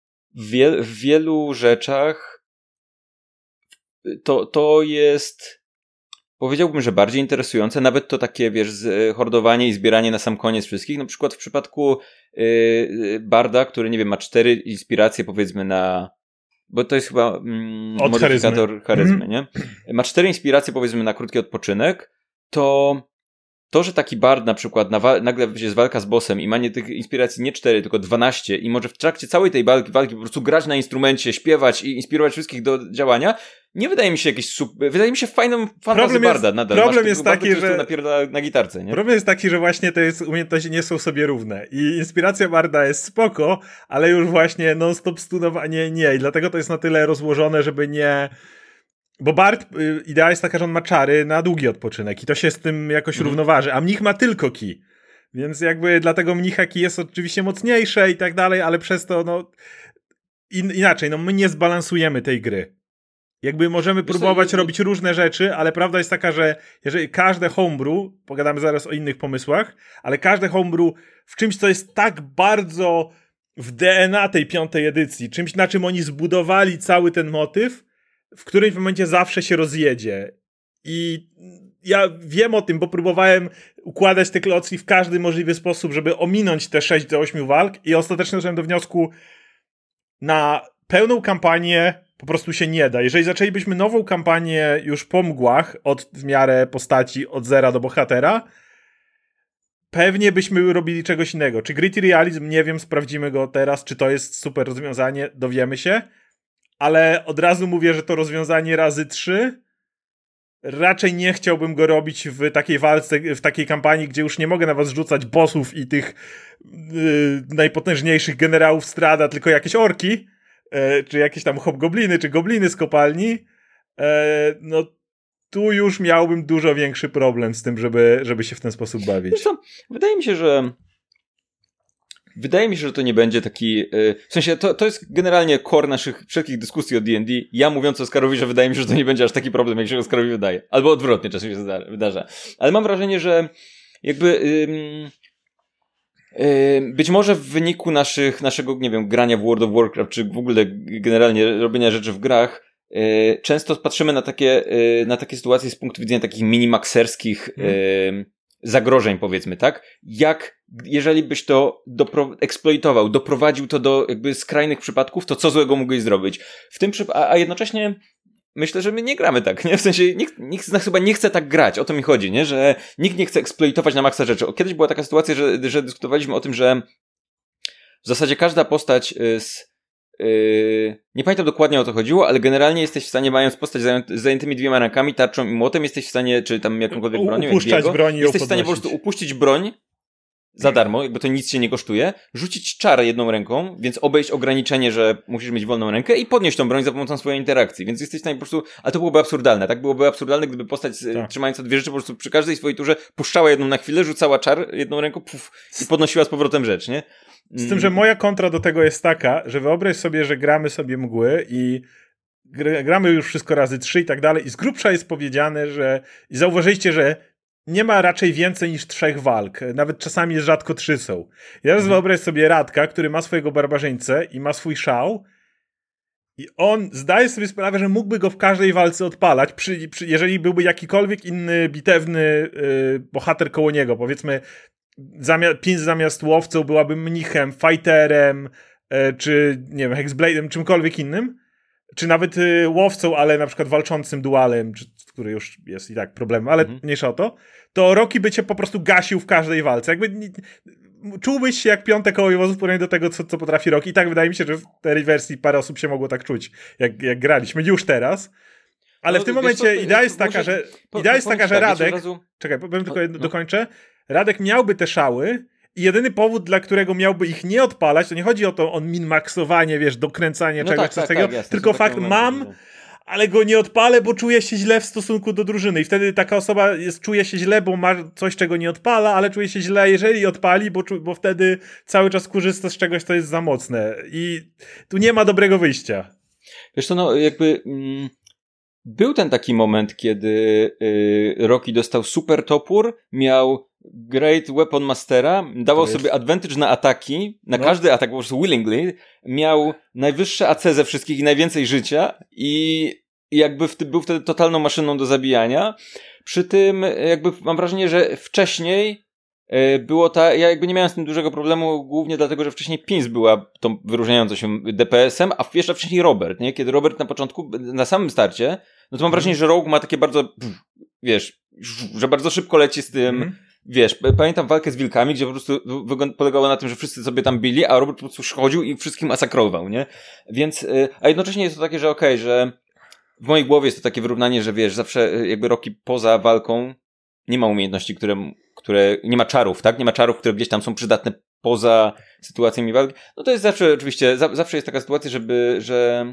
w wielu rzeczach to jest, powiedziałbym, że bardziej interesujące, nawet to takie, wiesz, hordowanie i zbieranie na sam koniec wszystkich, na przykład w przypadku Barda, który, nie wiem, ma 4 inspiracje, powiedzmy, bo to jest chyba modyfikator charyzmy, nie? Ma 4 inspiracje, powiedzmy, na krótki odpoczynek, to, że taki bard na przykład nagle jest walka z bossem i ma tych inspiracji nie 4, tylko 12 i może w trakcie całej tej walki po prostu grać na instrumencie, śpiewać i inspirować wszystkich do działania, nie wydaje mi się wydaje mi się fajną fantazją barda nadal. Problem jest taki, że na gitarce, nie? Problem jest taki, że właśnie te umiejętności nie są sobie równe i inspiracja barda jest spoko, ale już właśnie non-stop stunowanie nie i dlatego to jest na tyle rozłożone, żeby nie... Bo Bard, idea jest taka, że on ma czary na długi odpoczynek i to się z tym jakoś równoważy, a mnich ma tylko ki. Więc jakby dlatego mnicha ki jest oczywiście mocniejsze i tak dalej, ale przez to, no inaczej, no my nie zbalansujemy tej gry. Jakby możemy próbować robić różne rzeczy, ale prawda jest taka, że jeżeli każde homebrew, pogadamy zaraz o innych pomysłach, ale każde homebrew w czymś, co jest tak bardzo w DNA tej 5. edycji, czymś, na czym oni zbudowali cały ten motyw, w którymś momencie zawsze się rozjedzie. I ja wiem o tym, bo próbowałem układać te klocki w każdy możliwy sposób, żeby ominąć te 6 do 8 walk i ostatecznie doszedłem do wniosku, na pełną kampanię po prostu się nie da. Jeżeli zaczęlibyśmy nową kampanię już po mgłach, w miarę postaci, od zera do bohatera, pewnie byśmy robili czegoś innego. Czy Gritty Realism? Nie wiem, sprawdzimy go teraz, czy to jest super rozwiązanie, dowiemy się, ale od razu mówię, że to rozwiązanie razy 3 raczej nie chciałbym go robić w takiej walce, w takiej kampanii, gdzie już nie mogę na was rzucać bossów i tych najpotężniejszych generałów Strada, tylko jakieś orki, czy jakieś tam hobgobliny, czy gobliny z kopalni. No tu już miałbym dużo większy problem z tym, żeby się w ten sposób bawić. Wiesz co, wydaje mi się, że to nie będzie taki... W sensie, to jest generalnie core naszych wszelkich dyskusji o D&D. Ja mówiąc Oskarowi, że wydaje mi się, że to nie będzie aż taki problem, jak się Oskarowi wydaje. Albo odwrotnie czasem się wydarza. Ale mam wrażenie, że jakby... być może w wyniku naszego, nie wiem, grania w World of Warcraft, czy w ogóle generalnie robienia rzeczy w grach, często patrzymy na takie sytuacje z punktu widzenia takich minimakserskich zagrożeń, powiedzmy, tak? Jeżeli byś to eksploitował, doprowadził to do jakby skrajnych przypadków, to co złego mógłbyś zrobić? A jednocześnie myślę, że my nie gramy tak, nie? W sensie nikt z nas chyba nie chce tak grać, o to mi chodzi, nie? Że nikt nie chce eksploitować na maksa rzeczy. Kiedyś była taka sytuacja, że dyskutowaliśmy o tym, że w zasadzie każda postać nie pamiętam dokładnie o co chodziło, ale generalnie jesteś w stanie, mając postać z zajętymi 2 rękami, tarczą i młotem, jesteś w stanie, czy tam jakąkolwiek bronią, upuszczać broń i jesteś w stanie po prostu upuścić broń za darmo, jakby to nic cię nie kosztuje, rzucić czar 1 ręką, więc obejść ograniczenie, że musisz mieć wolną rękę i podnieść tą broń za pomocą swojej interakcji, więc jesteś w stanie po prostu, ale to byłoby absurdalne, tak? Byłoby absurdalne, gdyby postać trzymająca 2 rzeczy po prostu przy każdej swojej turze puszczała jedną na chwilę, rzucała czar 1 ręką, i podnosiła z powrotem rzecz, nie? Z tym, że moja kontra do tego jest taka, że wyobraź sobie, że gramy sobie mgły i gramy już wszystko razy 3 i tak dalej i z grubsza jest powiedziane, i zauważyliście, że nie ma raczej więcej niż 3 walk. Nawet czasami rzadko 3 są. I teraz wyobraź sobie Radka, który ma swojego barbarzyńcę i ma swój szał i on zdaje sobie sprawę, że mógłby go w każdej walce odpalać, jeżeli byłby jakikolwiek inny bitewny bohater koło niego. Powiedzmy, Pinz zamiast łowcą byłaby mnichem, fighterem, czy nie wiem, hexblade'em, czymkolwiek innym, czy nawet łowcą, ale na przykład walczącym dualem, który już jest i tak problemem, ale mniejsza o to Rocky by cię po prostu gasił w każdej walce. Jakby czułbyś się jak piąte koło wozów w porównaniu do tego, co potrafi Rocky. I tak wydaje mi się, że w tej wersji parę osób się mogło tak czuć, jak graliśmy już teraz. Ale w tym momencie idea jest taka, że Radek... Czekaj, powiem tylko dokończę. Radek miałby te szały i jedyny powód, dla którego miałby ich nie odpalać, to nie chodzi o min-maxowanie, wiesz, dokręcanie czegoś, coś takiego, tylko fakt ale go nie odpalę, bo czuję się źle w stosunku do drużyny i wtedy taka osoba czuje się źle, bo ma coś, czego nie odpala, ale czuje się źle, jeżeli odpali, bo wtedy cały czas korzysta z czegoś, co jest za mocne i tu nie ma dobrego wyjścia. Wiesz co, no jakby... Był ten taki moment, kiedy Rocky dostał super topór, miał Great Weapon Mastera, dawał sobie advantage na ataki, na każdy atak po prostu willingly, miał najwyższe AC ze wszystkich i najwięcej życia i jakby był wtedy totalną maszyną do zabijania. Przy tym jakby mam wrażenie, że wcześniej ja jakby nie miałem z tym dużego problemu, głównie dlatego, że wcześniej Pinz była tą wyróżniającą się DPS-em, a jeszcze wcześniej Robert, nie? Kiedy Robert na początku, na samym starcie, no to mam wrażenie, że Rogue ma takie bardzo, wiesz, że bardzo szybko leci z tym, wiesz, pamiętam walkę z wilkami, gdzie po prostu polegało na tym, że wszyscy sobie tam bili, a Robert po prostu chodził i wszystkim masakrował, nie? Więc, a jednocześnie jest to takie, że okej, że w mojej głowie jest to takie wyrównanie, że wiesz, zawsze jakby Rocky poza walką nie ma umiejętności, które nie ma czarów, tak? Nie ma czarów, które gdzieś tam są przydatne poza sytuacjami walki. No to jest zawsze, oczywiście, zawsze jest taka sytuacja, że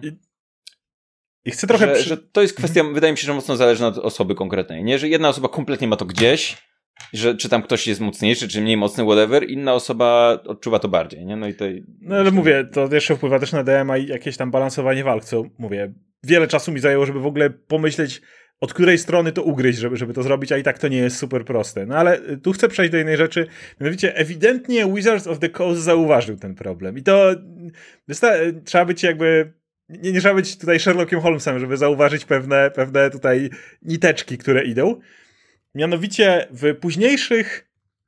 chcę trochę... Że to jest kwestia, wydaje mi się, że mocno zależna od osoby konkretnej, nie? Że jedna osoba kompletnie ma to gdzieś, że czy tam ktoś jest mocniejszy, czy mniej mocny, whatever, inna osoba odczuwa to bardziej, nie? No ale mówię, to jeszcze wpływa też na DM-a i jakieś tam balansowanie walk, co mówię, wiele czasu mi zajęło, żeby w ogóle pomyśleć, od której strony to ugryźć, żeby to zrobić, a i tak to nie jest super proste. No ale tu chcę przejść do jednej rzeczy, mianowicie ewidentnie Wizards of the Coast zauważył ten problem i to trzeba być jakby... Nie trzeba być tutaj Sherlockiem Holmesem, żeby zauważyć pewne tutaj niteczki, które idą. Mianowicie w późniejszych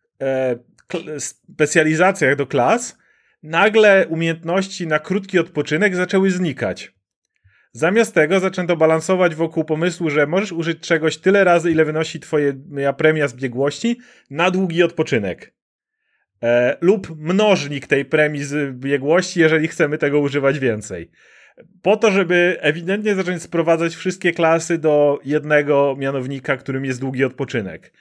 specjalizacjach do klas nagle umiejętności na krótki odpoczynek zaczęły znikać. Zamiast tego zaczęto balansować wokół pomysłu, że możesz użyć czegoś tyle razy, ile wynosi twoja premia z biegłości na długi odpoczynek. Lub mnożnik tej premii z biegłości, jeżeli chcemy tego używać więcej. Po to, żeby ewidentnie zacząć sprowadzać wszystkie klasy do jednego mianownika, którym jest długi odpoczynek.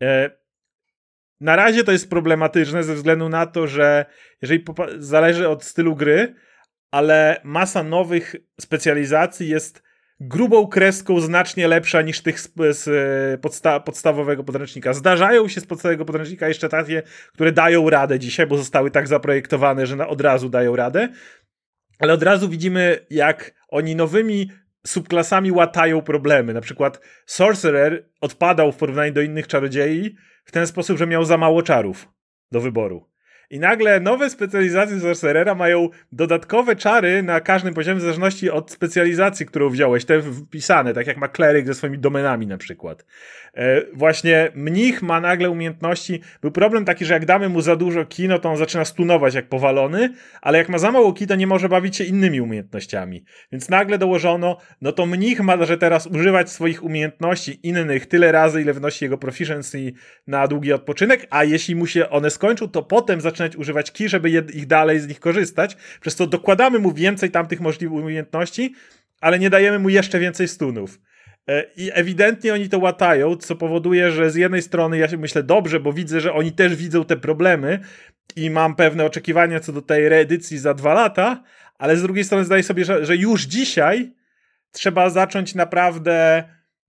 Na razie to jest problematyczne ze względu na to, że jeżeli zależy od stylu gry, ale masa nowych specjalizacji jest grubą kreską znacznie lepsza niż tych z podstawowego podręcznika. Zdarzają się z podstawowego podręcznika jeszcze takie, które dają radę dzisiaj, bo zostały tak zaprojektowane, że od razu dają radę, ale od razu widzimy, jak oni nowymi subklasami łatają problemy. Na przykład Sorcerer odpadał w porównaniu do innych czarodziei w ten sposób, że miał za mało czarów do wyboru. I nagle nowe specjalizacje Sorcerera mają dodatkowe czary na każdym poziomie w zależności od specjalizacji, którą wziąłeś, te wpisane, tak jak ma kleryk ze swoimi domenami na przykład. Właśnie mnich ma nagle umiejętności. Był problem taki, że jak damy mu za dużo ki, no to on zaczyna stunować jak powalony, ale jak ma za mało ki, to nie może bawić się innymi umiejętnościami. Więc nagle dołożono, no to mnich ma, że teraz używać swoich umiejętności innych tyle razy, ile wynosi jego proficiency na długi odpoczynek, a jeśli mu się one skończą, to potem zaczynać używać ki, żeby ich dalej z nich korzystać, przez to dokładamy mu więcej tamtych możliwych umiejętności, ale nie dajemy mu jeszcze więcej stunów. I ewidentnie oni to łatają, co powoduje, że z jednej strony ja się myślę dobrze, bo widzę, że oni też widzą te problemy i mam pewne oczekiwania co do tej reedycji za 2 lata, ale z drugiej strony zdaję sobie, że już dzisiaj trzeba zacząć naprawdę...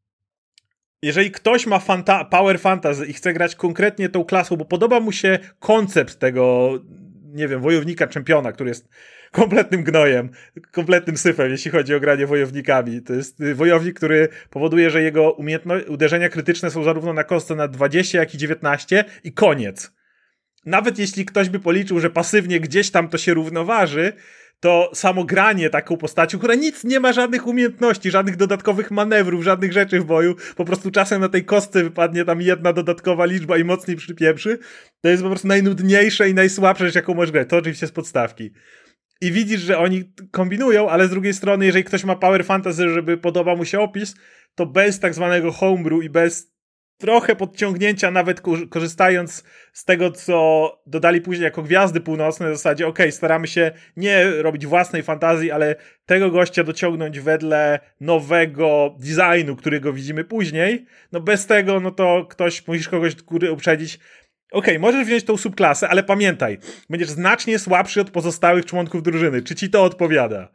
Jeżeli ktoś ma power fantasy i chce grać konkretnie tą klasą, bo podoba mu się koncept tego, nie wiem, wojownika czempiona, który jest kompletnym gnojem, kompletnym syfem, jeśli chodzi o granie wojownikami. To jest wojownik, który powoduje, że jego uderzenia krytyczne są zarówno na kostce na 20, jak i 19 i koniec. Nawet jeśli ktoś by policzył, że pasywnie gdzieś tam to się równoważy, to samo granie taką postacią, która nic nie ma, żadnych umiejętności, żadnych dodatkowych manewrów, żadnych rzeczy w boju, po prostu czasem na tej kostce wypadnie tam jedna dodatkowa liczba i mocniej przypieprzy, to jest po prostu najnudniejsze i najsłabsze rzecz, jaką możesz grać. To oczywiście z podstawki. I widzisz, że oni kombinują, ale z drugiej strony, jeżeli ktoś ma power fantasy, żeby podoba mu się opis, to bez tak zwanego homebrew i bez trochę podciągnięcia, nawet korzystając z tego, co dodali później jako Gwiazdy Północne, w zasadzie staramy się nie robić własnej fantazji, ale tego gościa dociągnąć wedle nowego designu, którego widzimy później. No bez tego, no to musisz kogoś z góry uprzedzić. Możesz wziąć tą subklasę, ale pamiętaj, będziesz znacznie słabszy od pozostałych członków drużyny. Czy ci to odpowiada?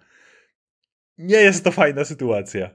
Nie jest to fajna sytuacja.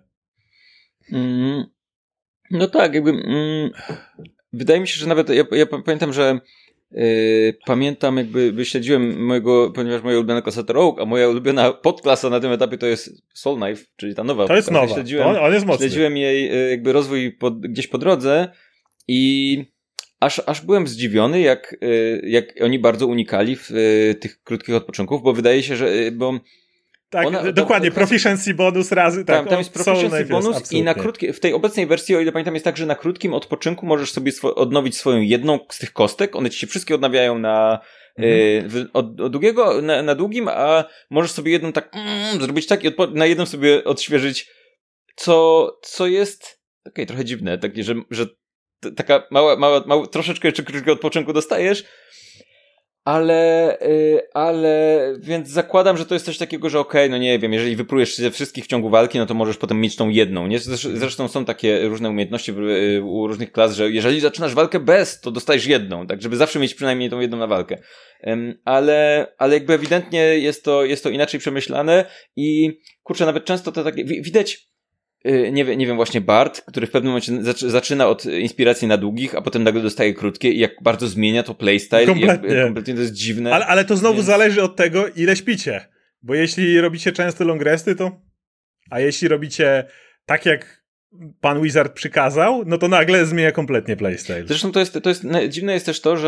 No tak, wydaje mi się, że nawet ja pamiętam, że pamiętam śledziłem ponieważ moja ulubiona klasa to Rogue, a moja ulubiona podklasa na tym etapie to jest Soul Knife, czyli ta nowa. To jest nowa, on jest mocny. Śledziłem jej rozwój gdzieś po drodze i aż byłem zdziwiony, jak oni bardzo unikali w tych krótkich odpoczynków, bo wydaje się, że tak, dokładnie, proficiency bonus razy. Tak, tam jest proficiency bonus i w tej obecnej wersji, o ile pamiętam, jest tak, że na krótkim odpoczynku możesz sobie odnowić swoją jedną z tych kostek, one ci się wszystkie odnawiają od długiego, na długim, a możesz sobie jedną tak zrobić tak i na jedną sobie odświeżyć, co jest trochę dziwne, takie, że taka mała troszeczkę jeszcze krótkiego odpoczynku dostajesz, ale więc zakładam, że to jest coś takiego, że no nie wiem, jeżeli wyprujesz ze wszystkich w ciągu walki, no to możesz potem mieć tą jedną, nie? Zresztą są takie różne umiejętności u różnych klas, że jeżeli zaczynasz walkę bez, to dostajesz jedną, tak, żeby zawsze mieć przynajmniej tą jedną na walkę. Ale ewidentnie jest to inaczej przemyślane i kurczę, nawet często to takie, widać, nie wiem, właśnie Bart, który w pewnym momencie zaczyna od inspiracji na długich, a potem nagle dostaje krótkie i jak bardzo zmienia to playstyle. Kompletnie to jest dziwne. Ale to znowu zależy od tego, ile śpicie. Bo jeśli robicie często long resty, to... A jeśli robicie tak, jak pan Wizard przykazał, no to nagle zmienia kompletnie playstyle. Zresztą dziwne jest też to,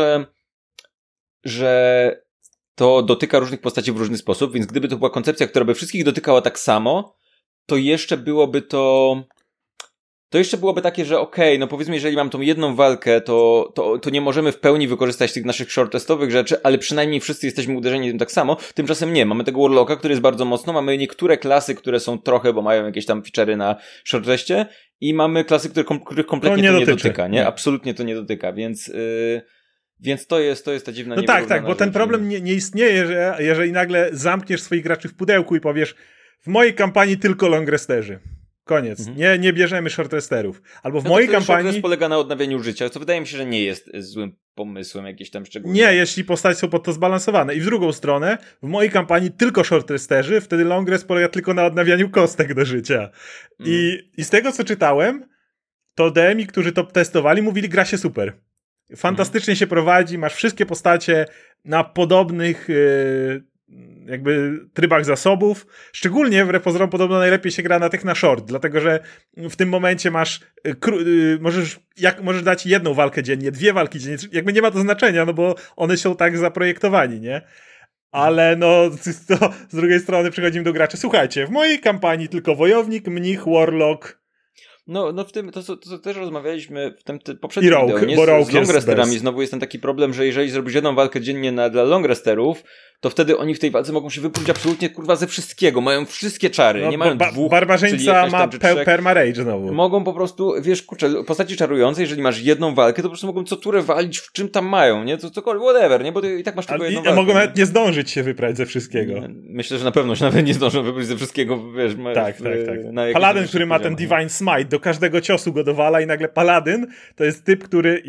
że to dotyka różnych postaci w różny sposób, więc gdyby to była koncepcja, która by wszystkich dotykała tak samo, to jeszcze byłoby to to jeszcze byłoby takie, że okej, no powiedzmy, jeżeli mam tą jedną walkę, to nie możemy w pełni wykorzystać tych naszych short-testowych rzeczy, ale przynajmniej wszyscy jesteśmy uderzeni tym tak samo. Tymczasem nie, mamy tego Warlocka, który jest bardzo mocno, mamy niektóre klasy, które są trochę, bo mają jakieś tam feature'y na short-testie i mamy klasy, których kompletnie to nie dotyka, nie? Absolutnie to nie dotyka, więc to jest ta dziwna no tak, bo ten problem nie istnieje, że jeżeli nagle zamkniesz swoich graczy w pudełku i powiesz, w mojej kampanii tylko longresterzy. Koniec. Nie bierzemy shortresterów. Albo w mojej kampanii... Shortrest polega na odnawianiu życia, co wydaje mi się, że nie jest złym pomysłem jakieś tam szczególnie. Nie, jeśli postaci są pod to zbalansowane. I w drugą stronę, w mojej kampanii tylko shortresterzy, wtedy longrest polega tylko na odnawianiu kostek do życia. I z tego, co czytałem, to DM-i, którzy to testowali, mówili, gra się super. Fantastycznie się prowadzi, masz wszystkie postacie na podobnych jakby trybach zasobów. Szczególnie wbrew pozorom podobno najlepiej się gra na tych na short, dlatego że w tym momencie masz możesz dać jedną walkę dziennie, 2 walki dziennie, jakby nie ma to znaczenia, no bo one są tak zaprojektowani, nie? Ale no, to z drugiej strony przychodzimy do graczy. Słuchajcie, w mojej kampanii tylko wojownik, mnich, warlock. No w tym, to też rozmawialiśmy w tym poprzednim wideo, nie? Z longresterami znowu jest ten taki problem, że jeżeli zrobisz jedną walkę dziennie dla longresterów, to wtedy oni w tej walce mogą się wypluć absolutnie kurwa ze wszystkiego, mają wszystkie czary, nie mają dwóch. Barbarzyńca ma perma-rage znowu. Mogą po prostu, wiesz, kurczę, postaci czarujące, jeżeli masz jedną walkę, to po prostu mogą co turę walić w czym tam mają, nie? To cokolwiek, whatever, nie? Bo ty i tak masz tylko jedną walkę. Mogą nawet nie zdążyć się wyprać ze wszystkiego. Myślę, że na pewno się nawet nie zdążą wybrać ze wszystkiego, wiesz. Tak. Paladyn, który ma ten Divine Smite, do każdego ciosu go dowala i nagle Paladyn to jest typ, który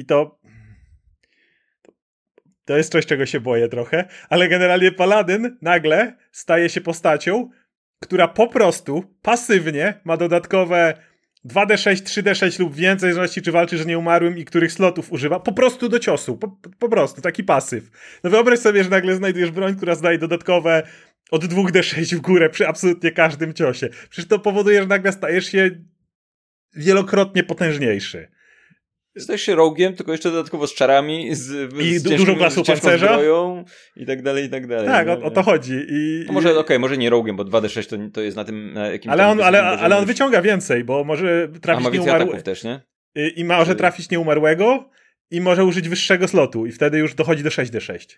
to jest coś, czego się boję trochę, ale generalnie Paladyn nagle staje się postacią, która po prostu pasywnie ma dodatkowe 2d6, 3d6 lub więcej, w zależności czy walczy z nieumarłym i których slotów używa, po prostu do ciosu, po prostu, taki pasyw. No wyobraź sobie, że nagle znajdujesz broń, która zdaje dodatkowe od 2d6 w górę przy absolutnie każdym ciosie. Przecież to powoduje, że nagle stajesz się wielokrotnie potężniejszy. Stajesz się rogue'iem, tylko jeszcze dodatkowo z czarami, z dużą klasą pancerza i tak dalej, i tak dalej. Tak, o to chodzi. Może nie rogue'iem, bo 2d6 to jest na tym jakimś... Ale on wyciąga więcej, bo może trafić nieumarłego też, nie? I może trafić nieumarłego i może użyć wyższego slotu i wtedy już dochodzi do 6d6.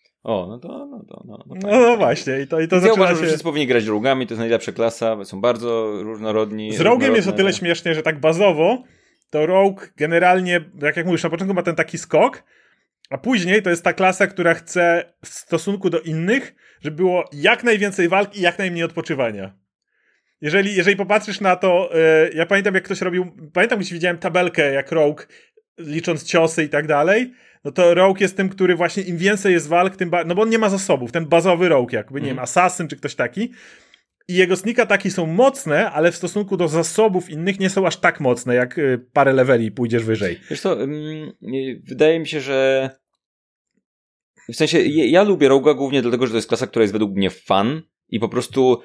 No właśnie. I to ja uważam, że wszyscy powinni grać rogue'ami, to jest najlepsza klasa, są bardzo różnorodni. Z rogue'iem jest o tyle śmiesznie, że tak bazowo to rogue generalnie, jak mówisz, na początku ma ten taki skok, a później to jest ta klasa, która chce w stosunku do innych, żeby było jak najwięcej walk i jak najmniej odpoczywania. Jeżeli popatrzysz na to, ja pamiętam jak ktoś robił, gdzieś widziałem tabelkę jak rogue, licząc ciosy i tak dalej, no to rogue jest tym, który właśnie im więcej jest walk, tym no bo on nie ma zasobów, ten bazowy rogue jakby, nie wiem, assassin czy ktoś taki. I jego sneak ataki są mocne, ale w stosunku do zasobów innych nie są aż tak mocne, jak parę leveli pójdziesz wyżej. Wiesz co, wydaje mi się, że w sensie ja lubię Rogue'a głównie dlatego, że to jest klasa, która jest według mnie fun i po prostu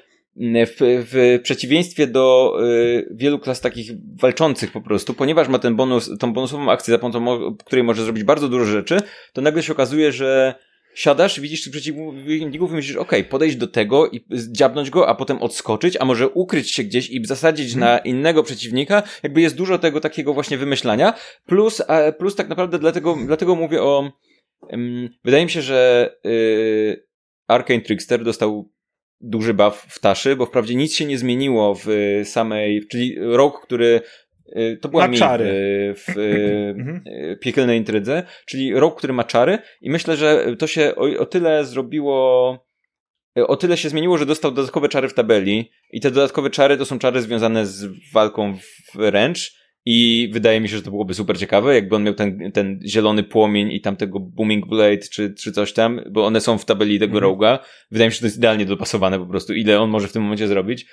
w przeciwieństwie do wielu klas takich walczących po prostu, ponieważ ma tą bonusową akcję, za pomocą której może zrobić bardzo dużo rzeczy, to nagle się okazuje, że siadasz, widzisz tych przeciwników i myślisz, podejść do tego i dziabnąć go, a potem odskoczyć, a może ukryć się gdzieś i zasadzić na innego przeciwnika. Jakby jest dużo tego takiego właśnie wymyślania. Plus tak naprawdę dlatego mówię o... wydaje mi się, że Arcane Trickster dostał duży buff w Taszy, bo wprawdzie nic się nie zmieniło w samej... Czyli Rogue, który... To była mi w Piekielnej Intrydze, czyli Rogue, który ma czary i myślę, że to się o tyle zrobiło, o tyle się zmieniło, że dostał dodatkowe czary w tabeli i te dodatkowe czary to są czary związane z walką wręcz i wydaje mi się, że to byłoby super ciekawe, jakby on miał ten zielony płomień i tamtego Booming Blade czy coś tam, bo one są w tabeli tego Rogue'a. Wydaje mi się, że to jest idealnie dopasowane po prostu, ile on może w tym momencie zrobić.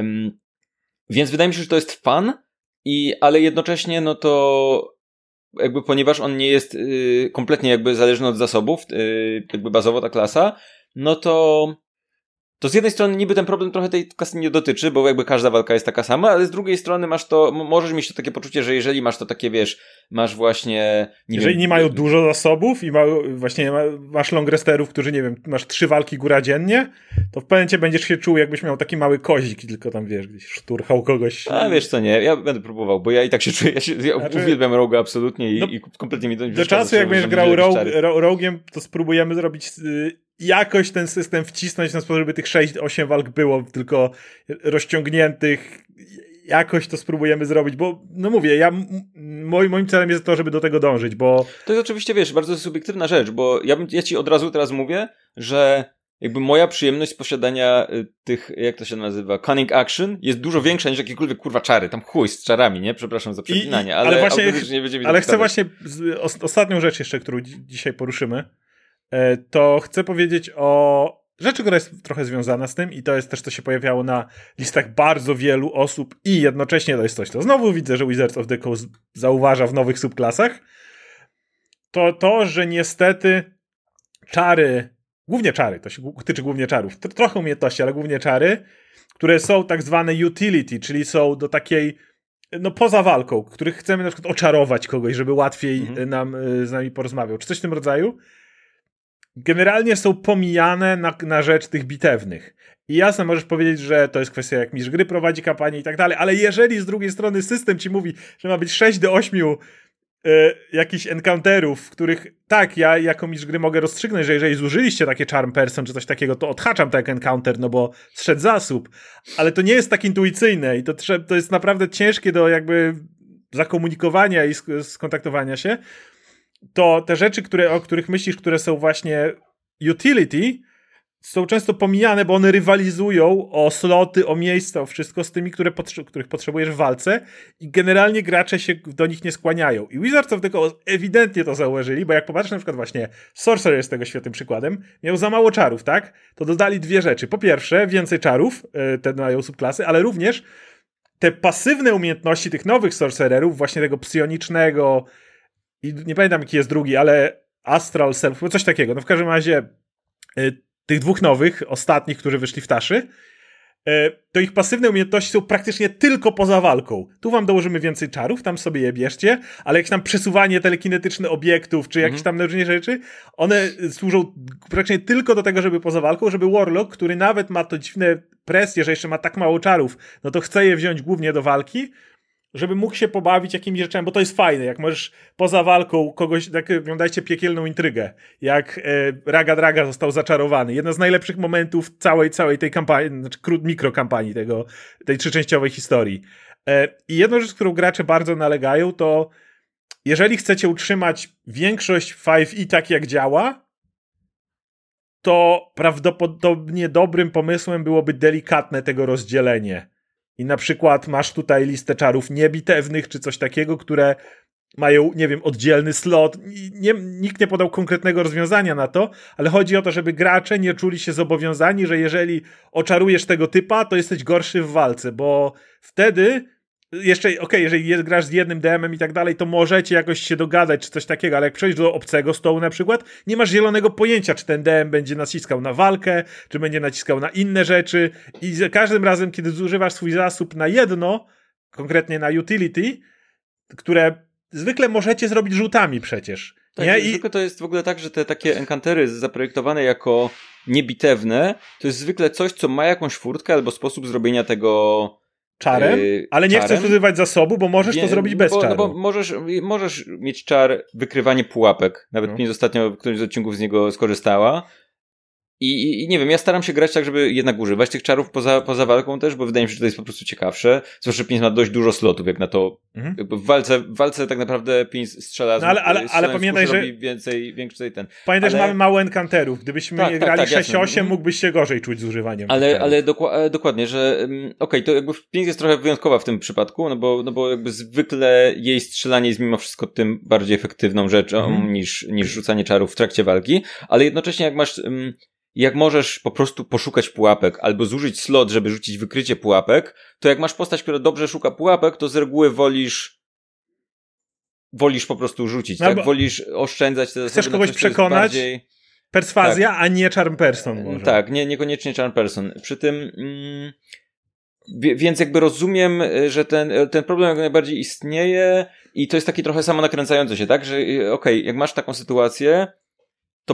Więc wydaje mi się, że to jest fun, ale jednocześnie, no to jakby ponieważ on nie jest kompletnie jakby zależny od zasobów, jakby bazowo ta klasa, no to To z jednej strony niby ten problem trochę tej klasy nie dotyczy, bo jakby każda walka jest taka sama, ale z drugiej strony masz to, możesz mieć to takie poczucie, że jeżeli masz to takie, wiesz, masz właśnie... Jeżeli nie mają dużo zasobów i masz longresterów, którzy, nie wiem, masz 3 walki góra dziennie, to w pewnym momencie będziesz się czuł, jakbyś miał taki mały kozik, tylko tam, wiesz, gdzieś szturchał kogoś. A wiesz co, nie, ja będę próbował, bo ja i tak się czuję, uwielbiam Rogue'a absolutnie i kompletnie mi to nie do czasu, jak będziesz grał Rogue'iem, to spróbujemy zrobić... jakoś ten system wcisnąć na sposób, żeby tych 6-8 walk było tylko rozciągniętych. Jakoś to spróbujemy zrobić, bo no mówię, moim celem jest to, żeby do tego dążyć, bo... To jest oczywiście, wiesz, bardzo subiektywna rzecz, bo ja ci od razu teraz mówię, że jakby moja przyjemność z posiadania tych, jak to się nazywa, cunning action jest dużo większa niż jakiekolwiek kurwa czary. Tam chuj z czarami, nie? Przepraszam za przeklinanie, ale właśnie, nie będziemy ale chcę właśnie ostatnią rzecz jeszcze, którą dzisiaj poruszymy, to chcę powiedzieć o rzeczy, która jest trochę związana z tym i to jest też, co się pojawiało na listach bardzo wielu osób i jednocześnie to jest coś, co znowu widzę, że Wizards of the Coast zauważa w nowych subklasach, to, że niestety głównie czary, to się tyczy głównie czarów, trochę umiejętności, ale głównie czary, które są tak zwane utility, czyli są do takiej, no poza walką, których chcemy na przykład oczarować kogoś, żeby łatwiej z nami porozmawiał, czy coś w tym rodzaju, generalnie są pomijane na rzecz tych bitewnych. I jasne, możesz powiedzieć, że to jest kwestia, jak mistrz gry prowadzi kampanię i tak dalej, ale jeżeli z drugiej strony system ci mówi, że ma być 6 do 8 jakichś encounterów, w których tak, ja jako mistrz gry mogę rozstrzygnąć, że jeżeli zużyliście takie charm person czy coś takiego, to odhaczam tak encounter, no bo zszedł zasób, ale to nie jest tak intuicyjne i to jest naprawdę ciężkie do jakby zakomunikowania i skontaktowania się. To te rzeczy, o których myślisz, które są właśnie utility, są często pomijane, bo one rywalizują o sloty, o miejsca, o wszystko z tymi, których potrzebujesz w walce i generalnie gracze się do nich nie skłaniają. I Wizards of the Coast ewidentnie to zauważyli, bo jak popatrzysz na przykład właśnie Sorcerer jest tego świetnym przykładem, miał za mało czarów, tak? To dodali 2 rzeczy. Po pierwsze, więcej czarów, te mają subklasy, ale również te pasywne umiejętności tych nowych Sorcererów, właśnie tego psionicznego i nie pamiętam jaki jest drugi, ale Astral Self, coś takiego. No w każdym razie tych 2 nowych, ostatnich, którzy wyszli w taszy, to ich pasywne umiejętności są praktycznie tylko poza walką. Tu wam dołożymy więcej czarów, tam sobie je bierzcie, ale jakieś tam przesuwanie telekinetyczne obiektów, czy jakieś tam różne rzeczy, one służą praktycznie tylko do tego, żeby poza walką, żeby Warlock, który nawet ma to dziwne presje, że jeszcze ma tak mało czarów, no to chce je wziąć głównie do walki, żeby mógł się pobawić jakimiś rzeczami, bo to jest fajne, jak możesz poza walką kogoś, tak oglądajcie Piekielną Intrygę, jak Raga Draga został zaczarowany. Jeden z najlepszych momentów całej tej kampanii, znaczy mikrokampanii tej 3-częściowej historii. I jedną rzecz, którą gracze bardzo nalegają, to jeżeli chcecie utrzymać większość 5e tak jak działa, to prawdopodobnie dobrym pomysłem byłoby delikatne tego rozdzielenie. I na przykład masz tutaj listę czarów niebitewnych, czy coś takiego, które mają, nie wiem, oddzielny slot. Nikt nie podał konkretnego rozwiązania na to, ale chodzi o to, żeby gracze nie czuli się zobowiązani, że jeżeli oczarujesz tego typa, to jesteś gorszy w walce, bo wtedy jeszcze, jeżeli grasz z jednym DM-em i tak dalej, to możecie jakoś się dogadać, czy coś takiego, ale jak przejdziesz do obcego stołu na przykład, nie masz zielonego pojęcia, czy ten DM będzie naciskał na walkę, czy będzie naciskał na inne rzeczy i za każdym razem, kiedy zużywasz swój zasób na jedno, konkretnie na utility, które zwykle możecie zrobić rzutami przecież. Tak, nie? Zwykle to jest w ogóle tak, że te takie enkantery zaprojektowane jako niebitewne, to jest zwykle coś, co ma jakąś furtkę albo sposób zrobienia tego czarem, ale nie chcesz używać zasobu, bo możesz to zrobić bez czaru. No bo możesz mieć czar wykrywanie pułapek. Nawet Pięć ostatnio w którymś z odcinków z niego skorzystała. I nie wiem, ja staram się grać tak, żeby jednak używać tych czarów poza walką też, bo wydaje mi się, że to jest po prostu ciekawsze. Zwłaszcza Pięć ma dość dużo slotów, jak na to. W walce tak naprawdę Pięć strzela ale pamiętaj, że większy ten. Pamiętaj, że mamy mało enkanterów. Gdybyśmy grali 6-8, mógłbyś się gorzej czuć z używaniem. Ale dokładnie, że to jakby Pięć jest trochę wyjątkowa w tym przypadku, no bo jakby zwykle jej strzelanie jest mimo wszystko tym bardziej efektywną rzeczą niż rzucanie czarów w trakcie walki, ale jednocześnie jak możesz po prostu poszukać pułapek albo zużyć slot, żeby rzucić wykrycie pułapek, to jak masz postać, która dobrze szuka pułapek, to z reguły wolisz po prostu rzucić, tak? Wolisz oszczędzać te zasoby. Chcesz kogoś przekonać, perswazja, a nie charm person może. Tak, niekoniecznie charm person. Przy tym... Więc jakby rozumiem, że ten problem jak najbardziej istnieje i to jest taki trochę samonakręcający się, tak? Że okej, jak masz taką sytuację, to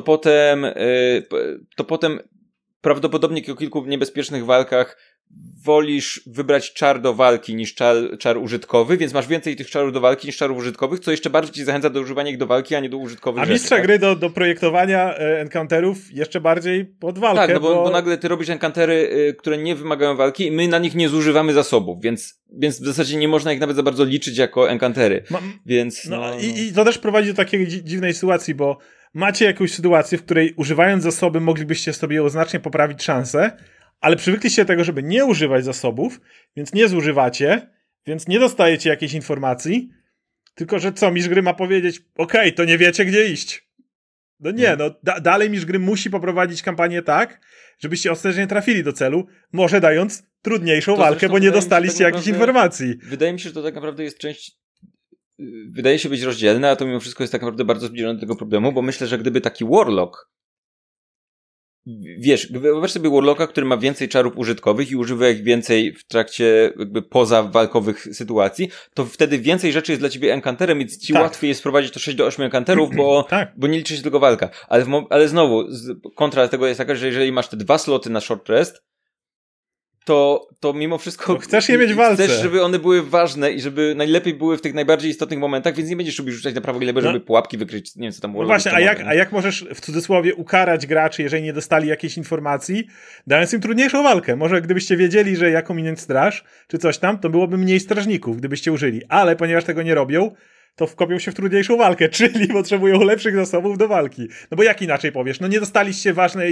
potem prawdopodobnie po kilku niebezpiecznych walkach wolisz wybrać czar do walki niż czar użytkowy, więc masz więcej tych czarów do walki niż czarów użytkowych, co jeszcze bardziej ci zachęca do używania ich do walki, a nie do użytkowych rzeczy. A mistrza gry do projektowania encounterów jeszcze bardziej pod walkę. Tak, bo nagle ty robisz encountery, które nie wymagają walki i my na nich nie zużywamy zasobów, więc w zasadzie nie można ich nawet za bardzo liczyć jako encountery. Więc I to też prowadzi do takiej dziwnej sytuacji, bo macie jakąś sytuację, w której używając zasoby moglibyście sobie znacznie poprawić szanse, ale przywykliście do tego, żeby nie używać zasobów, więc nie zużywacie, więc nie dostajecie jakiejś informacji, tylko że co, mistrz gry ma powiedzieć, okej, to nie wiecie, gdzie iść. No nie, dalej mistrz gry musi poprowadzić kampanię tak, żebyście ostatecznie trafili do celu, może dając trudniejszą walkę, bo nie dostaliście jakichś informacji. Wydaje mi się, że to tak naprawdę jest część wydaje się być rozdzielne, a to mimo wszystko jest tak naprawdę bardzo zbliżone do tego problemu, bo myślę, że gdyby taki Warlock wiesz, wyobraź sobie Warlocka, który ma więcej czarów użytkowych i używa ich więcej w trakcie jakby poza walkowych sytuacji, to wtedy więcej rzeczy jest dla ciebie encounterem, więc ci łatwiej jest wprowadzić to 6 do 8 encounterów, bo nie liczy się tylko walka. Ale znowu, kontra tego jest taka, że jeżeli masz te 2 sloty na short rest, to mimo wszystko chcesz je mieć w walce. Chcesz, żeby one były ważne i żeby najlepiej były w tych najbardziej istotnych momentach, więc nie będziesz lubił rzucać na prawo i lewo, żeby pułapki wykryć, nie wiem co tam było. No właśnie, a jak możesz w cudzysłowie ukarać graczy, jeżeli nie dostali jakiejś informacji, dając im trudniejszą walkę? Może gdybyście wiedzieli, że jaką minąć straż, czy coś tam, to byłoby mniej strażników, gdybyście użyli. Ale ponieważ tego nie robią, to wkopią się w trudniejszą walkę, czyli potrzebują lepszych zasobów do walki. No bo jak inaczej powiesz? No nie dostaliście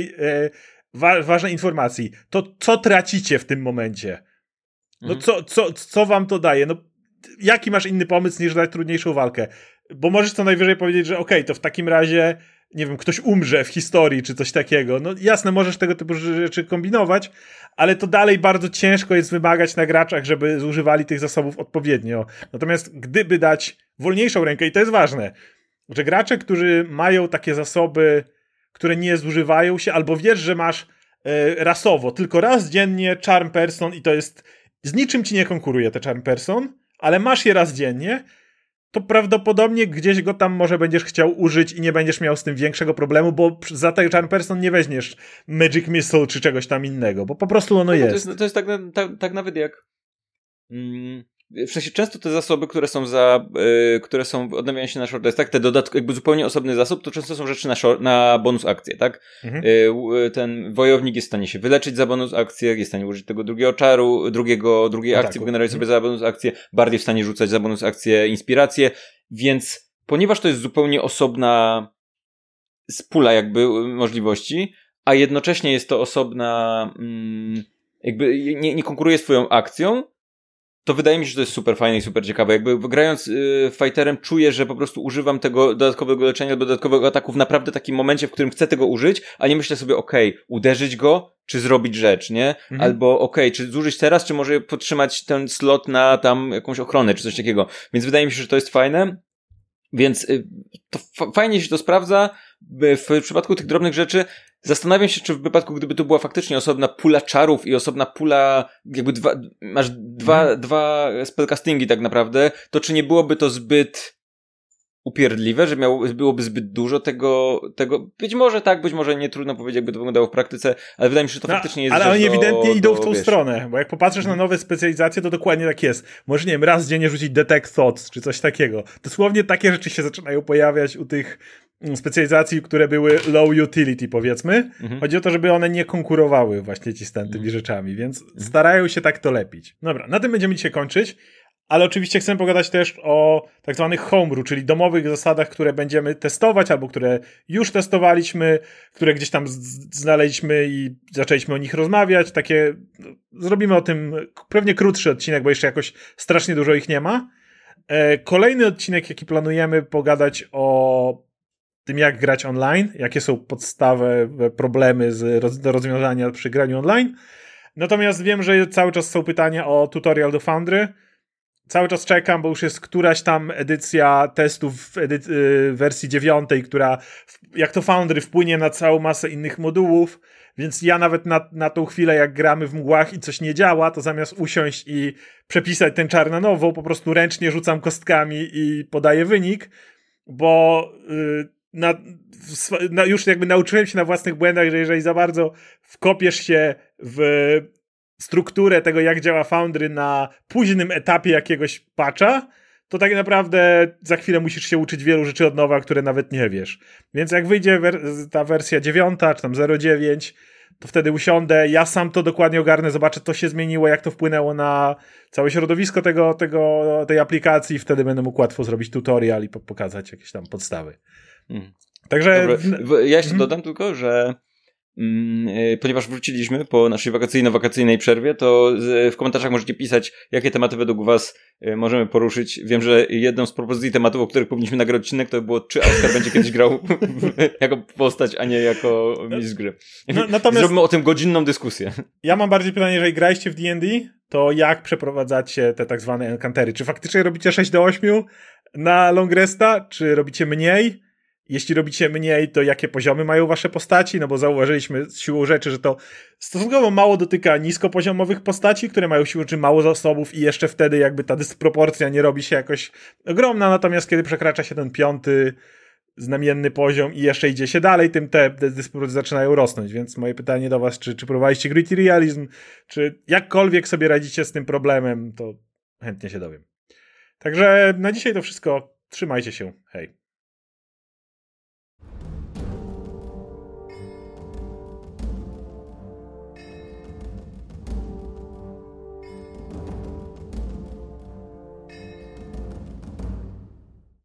ważnej informacji. To co tracicie w tym momencie? No co wam to daje? No jaki masz inny pomysł niż dać trudniejszą walkę? Bo możesz co najwyżej powiedzieć, że okej, to w takim razie nie wiem, ktoś umrze w historii czy coś takiego. No jasne, możesz tego typu rzeczy kombinować, ale to dalej bardzo ciężko jest wymagać na graczach, żeby zużywali tych zasobów odpowiednio. Natomiast gdyby dać wolniejszą rękę, i to jest ważne, że gracze, którzy mają takie zasoby, które nie zużywają się, albo wiesz, że masz rasowo, tylko raz dziennie charm person i to jest, z niczym ci nie konkuruje te charm person, ale masz je raz dziennie, to prawdopodobnie gdzieś go tam może będziesz chciał użyć i nie będziesz miał z tym większego problemu, bo za ten charm person nie weźmiesz Magic Missile czy czegoś tam innego, bo po prostu ono jest. To jest tak nawet jak w sensie często te zasoby, które odnawiają się na short restach, te dodatki, jakby zupełnie osobny zasób, to często są rzeczy na bonus akcję, tak? Ten wojownik jest w stanie się wyleczyć za bonus akcję, jest w stanie użyć tego drugiego czaru, drugiej akcji, wygenerować sobie za bonus akcję, bardziej w stanie rzucać za bonus akcję inspirację, więc ponieważ to jest zupełnie osobna pula jakby możliwości, a jednocześnie jest to osobna jakby nie konkuruje z twoją akcją, to wydaje mi się, że to jest super fajne i super ciekawe. Jakby grając fighterem czuję, że po prostu używam tego dodatkowego leczenia albo dodatkowego ataku w naprawdę takim momencie, w którym chcę tego użyć, a nie myślę sobie, uderzyć go, czy zrobić rzecz, nie? Albo czy zużyć teraz, czy może podtrzymać ten slot na tam jakąś ochronę, czy coś takiego. Więc wydaje mi się, że to jest fajne. Więc to fajnie się to sprawdza. W przypadku tych drobnych rzeczy zastanawiam się, czy w wypadku, gdyby to była faktycznie osobna pula czarów i osobna pula, jakby masz dwa spellcastingi tak naprawdę, to czy nie byłoby to zbyt upierdliwe, że byłoby zbyt dużo tego, być może tak, być może nie, trudno powiedzieć, jakby to wyglądało w praktyce, ale wydaje mi się, że to faktycznie jest ale oni ewidentnie idą w tą stronę, bo jak popatrzysz na nowe specjalizacje, to dokładnie tak jest. Może, nie wiem, raz dziennie rzucić Detect Thoughts, czy coś takiego. Dosłownie takie rzeczy się zaczynają pojawiać u tych specjalizacji, które były low utility, powiedzmy. Chodzi o to, żeby one nie konkurowały właśnie ci z tymi rzeczami, więc starają się tak to lepić. Dobra, na tym będziemy dzisiaj kończyć. Ale oczywiście chcę pogadać też o tak zwanych homebrew, czyli domowych zasadach, które będziemy testować, albo które już testowaliśmy, które gdzieś tam znaleźliśmy i zaczęliśmy o nich rozmawiać. Zrobimy o tym pewnie krótszy odcinek, bo jeszcze jakoś strasznie dużo ich nie ma. Kolejny odcinek, jaki planujemy pogadać o tym, jak grać online, jakie są podstawowe problemy do rozwiązania przy graniu online. Natomiast wiem, że cały czas są pytania o tutorial do Foundry. cały czas czekam, bo już jest któraś tam edycja testów w wersji 9, która jak to Foundry wpłynie na całą masę innych modułów, więc ja nawet na tą chwilę, jak gramy w mgłach i coś nie działa, to zamiast usiąść i przepisać ten czar na nowo, po prostu ręcznie rzucam kostkami i podaję wynik, bo już jakby nauczyłem się na własnych błędach, że jeżeli za bardzo wkopiesz się w strukturę tego, jak działa Foundry na późnym etapie jakiegoś patcha, to tak naprawdę za chwilę musisz się uczyć wielu rzeczy od nowa, które nawet nie wiesz. Więc jak wyjdzie ta wersja 9, czy tam 0.9, to wtedy usiądę, ja sam to dokładnie ogarnę, zobaczę, co się zmieniło, jak to wpłynęło na całe środowisko tej aplikacji i wtedy będę mógł łatwo zrobić tutorial i pokazać jakieś tam podstawy. Także... Ja jeszcze dodam tylko, że ponieważ wróciliśmy po naszej wakacyjnej przerwie, to w komentarzach możecie pisać, jakie tematy według was możemy poruszyć. Wiem, że jedną z propozycji tematów, o których powinniśmy nagrać odcinek, to było, czy Oskar będzie kiedyś grał jako postać, a nie jako mistrz gry. Natomiast zrobimy o tym godzinną dyskusję. Ja mam bardziej pytanie, jeżeli graliście w D&D, to jak przeprowadzacie te tak zwane encountery? Czy faktycznie robicie 6-8 na long resta, czy robicie mniej? Jeśli robicie mniej, to jakie poziomy mają wasze postaci? No bo zauważyliśmy z siłą rzeczy, że to stosunkowo mało dotyka niskopoziomowych postaci, które mają siłą rzeczy mało zasobów i jeszcze wtedy jakby ta dysproporcja nie robi się jakoś ogromna, natomiast kiedy przekracza się ten 5. znamienny poziom i jeszcze idzie się dalej, tym te dysproporcje zaczynają rosnąć, więc moje pytanie do was, czy próbowaliście gritty realizm, czy jakkolwiek sobie radzicie z tym problemem, to chętnie się dowiem. Także na dzisiaj to wszystko. Trzymajcie się. Hej.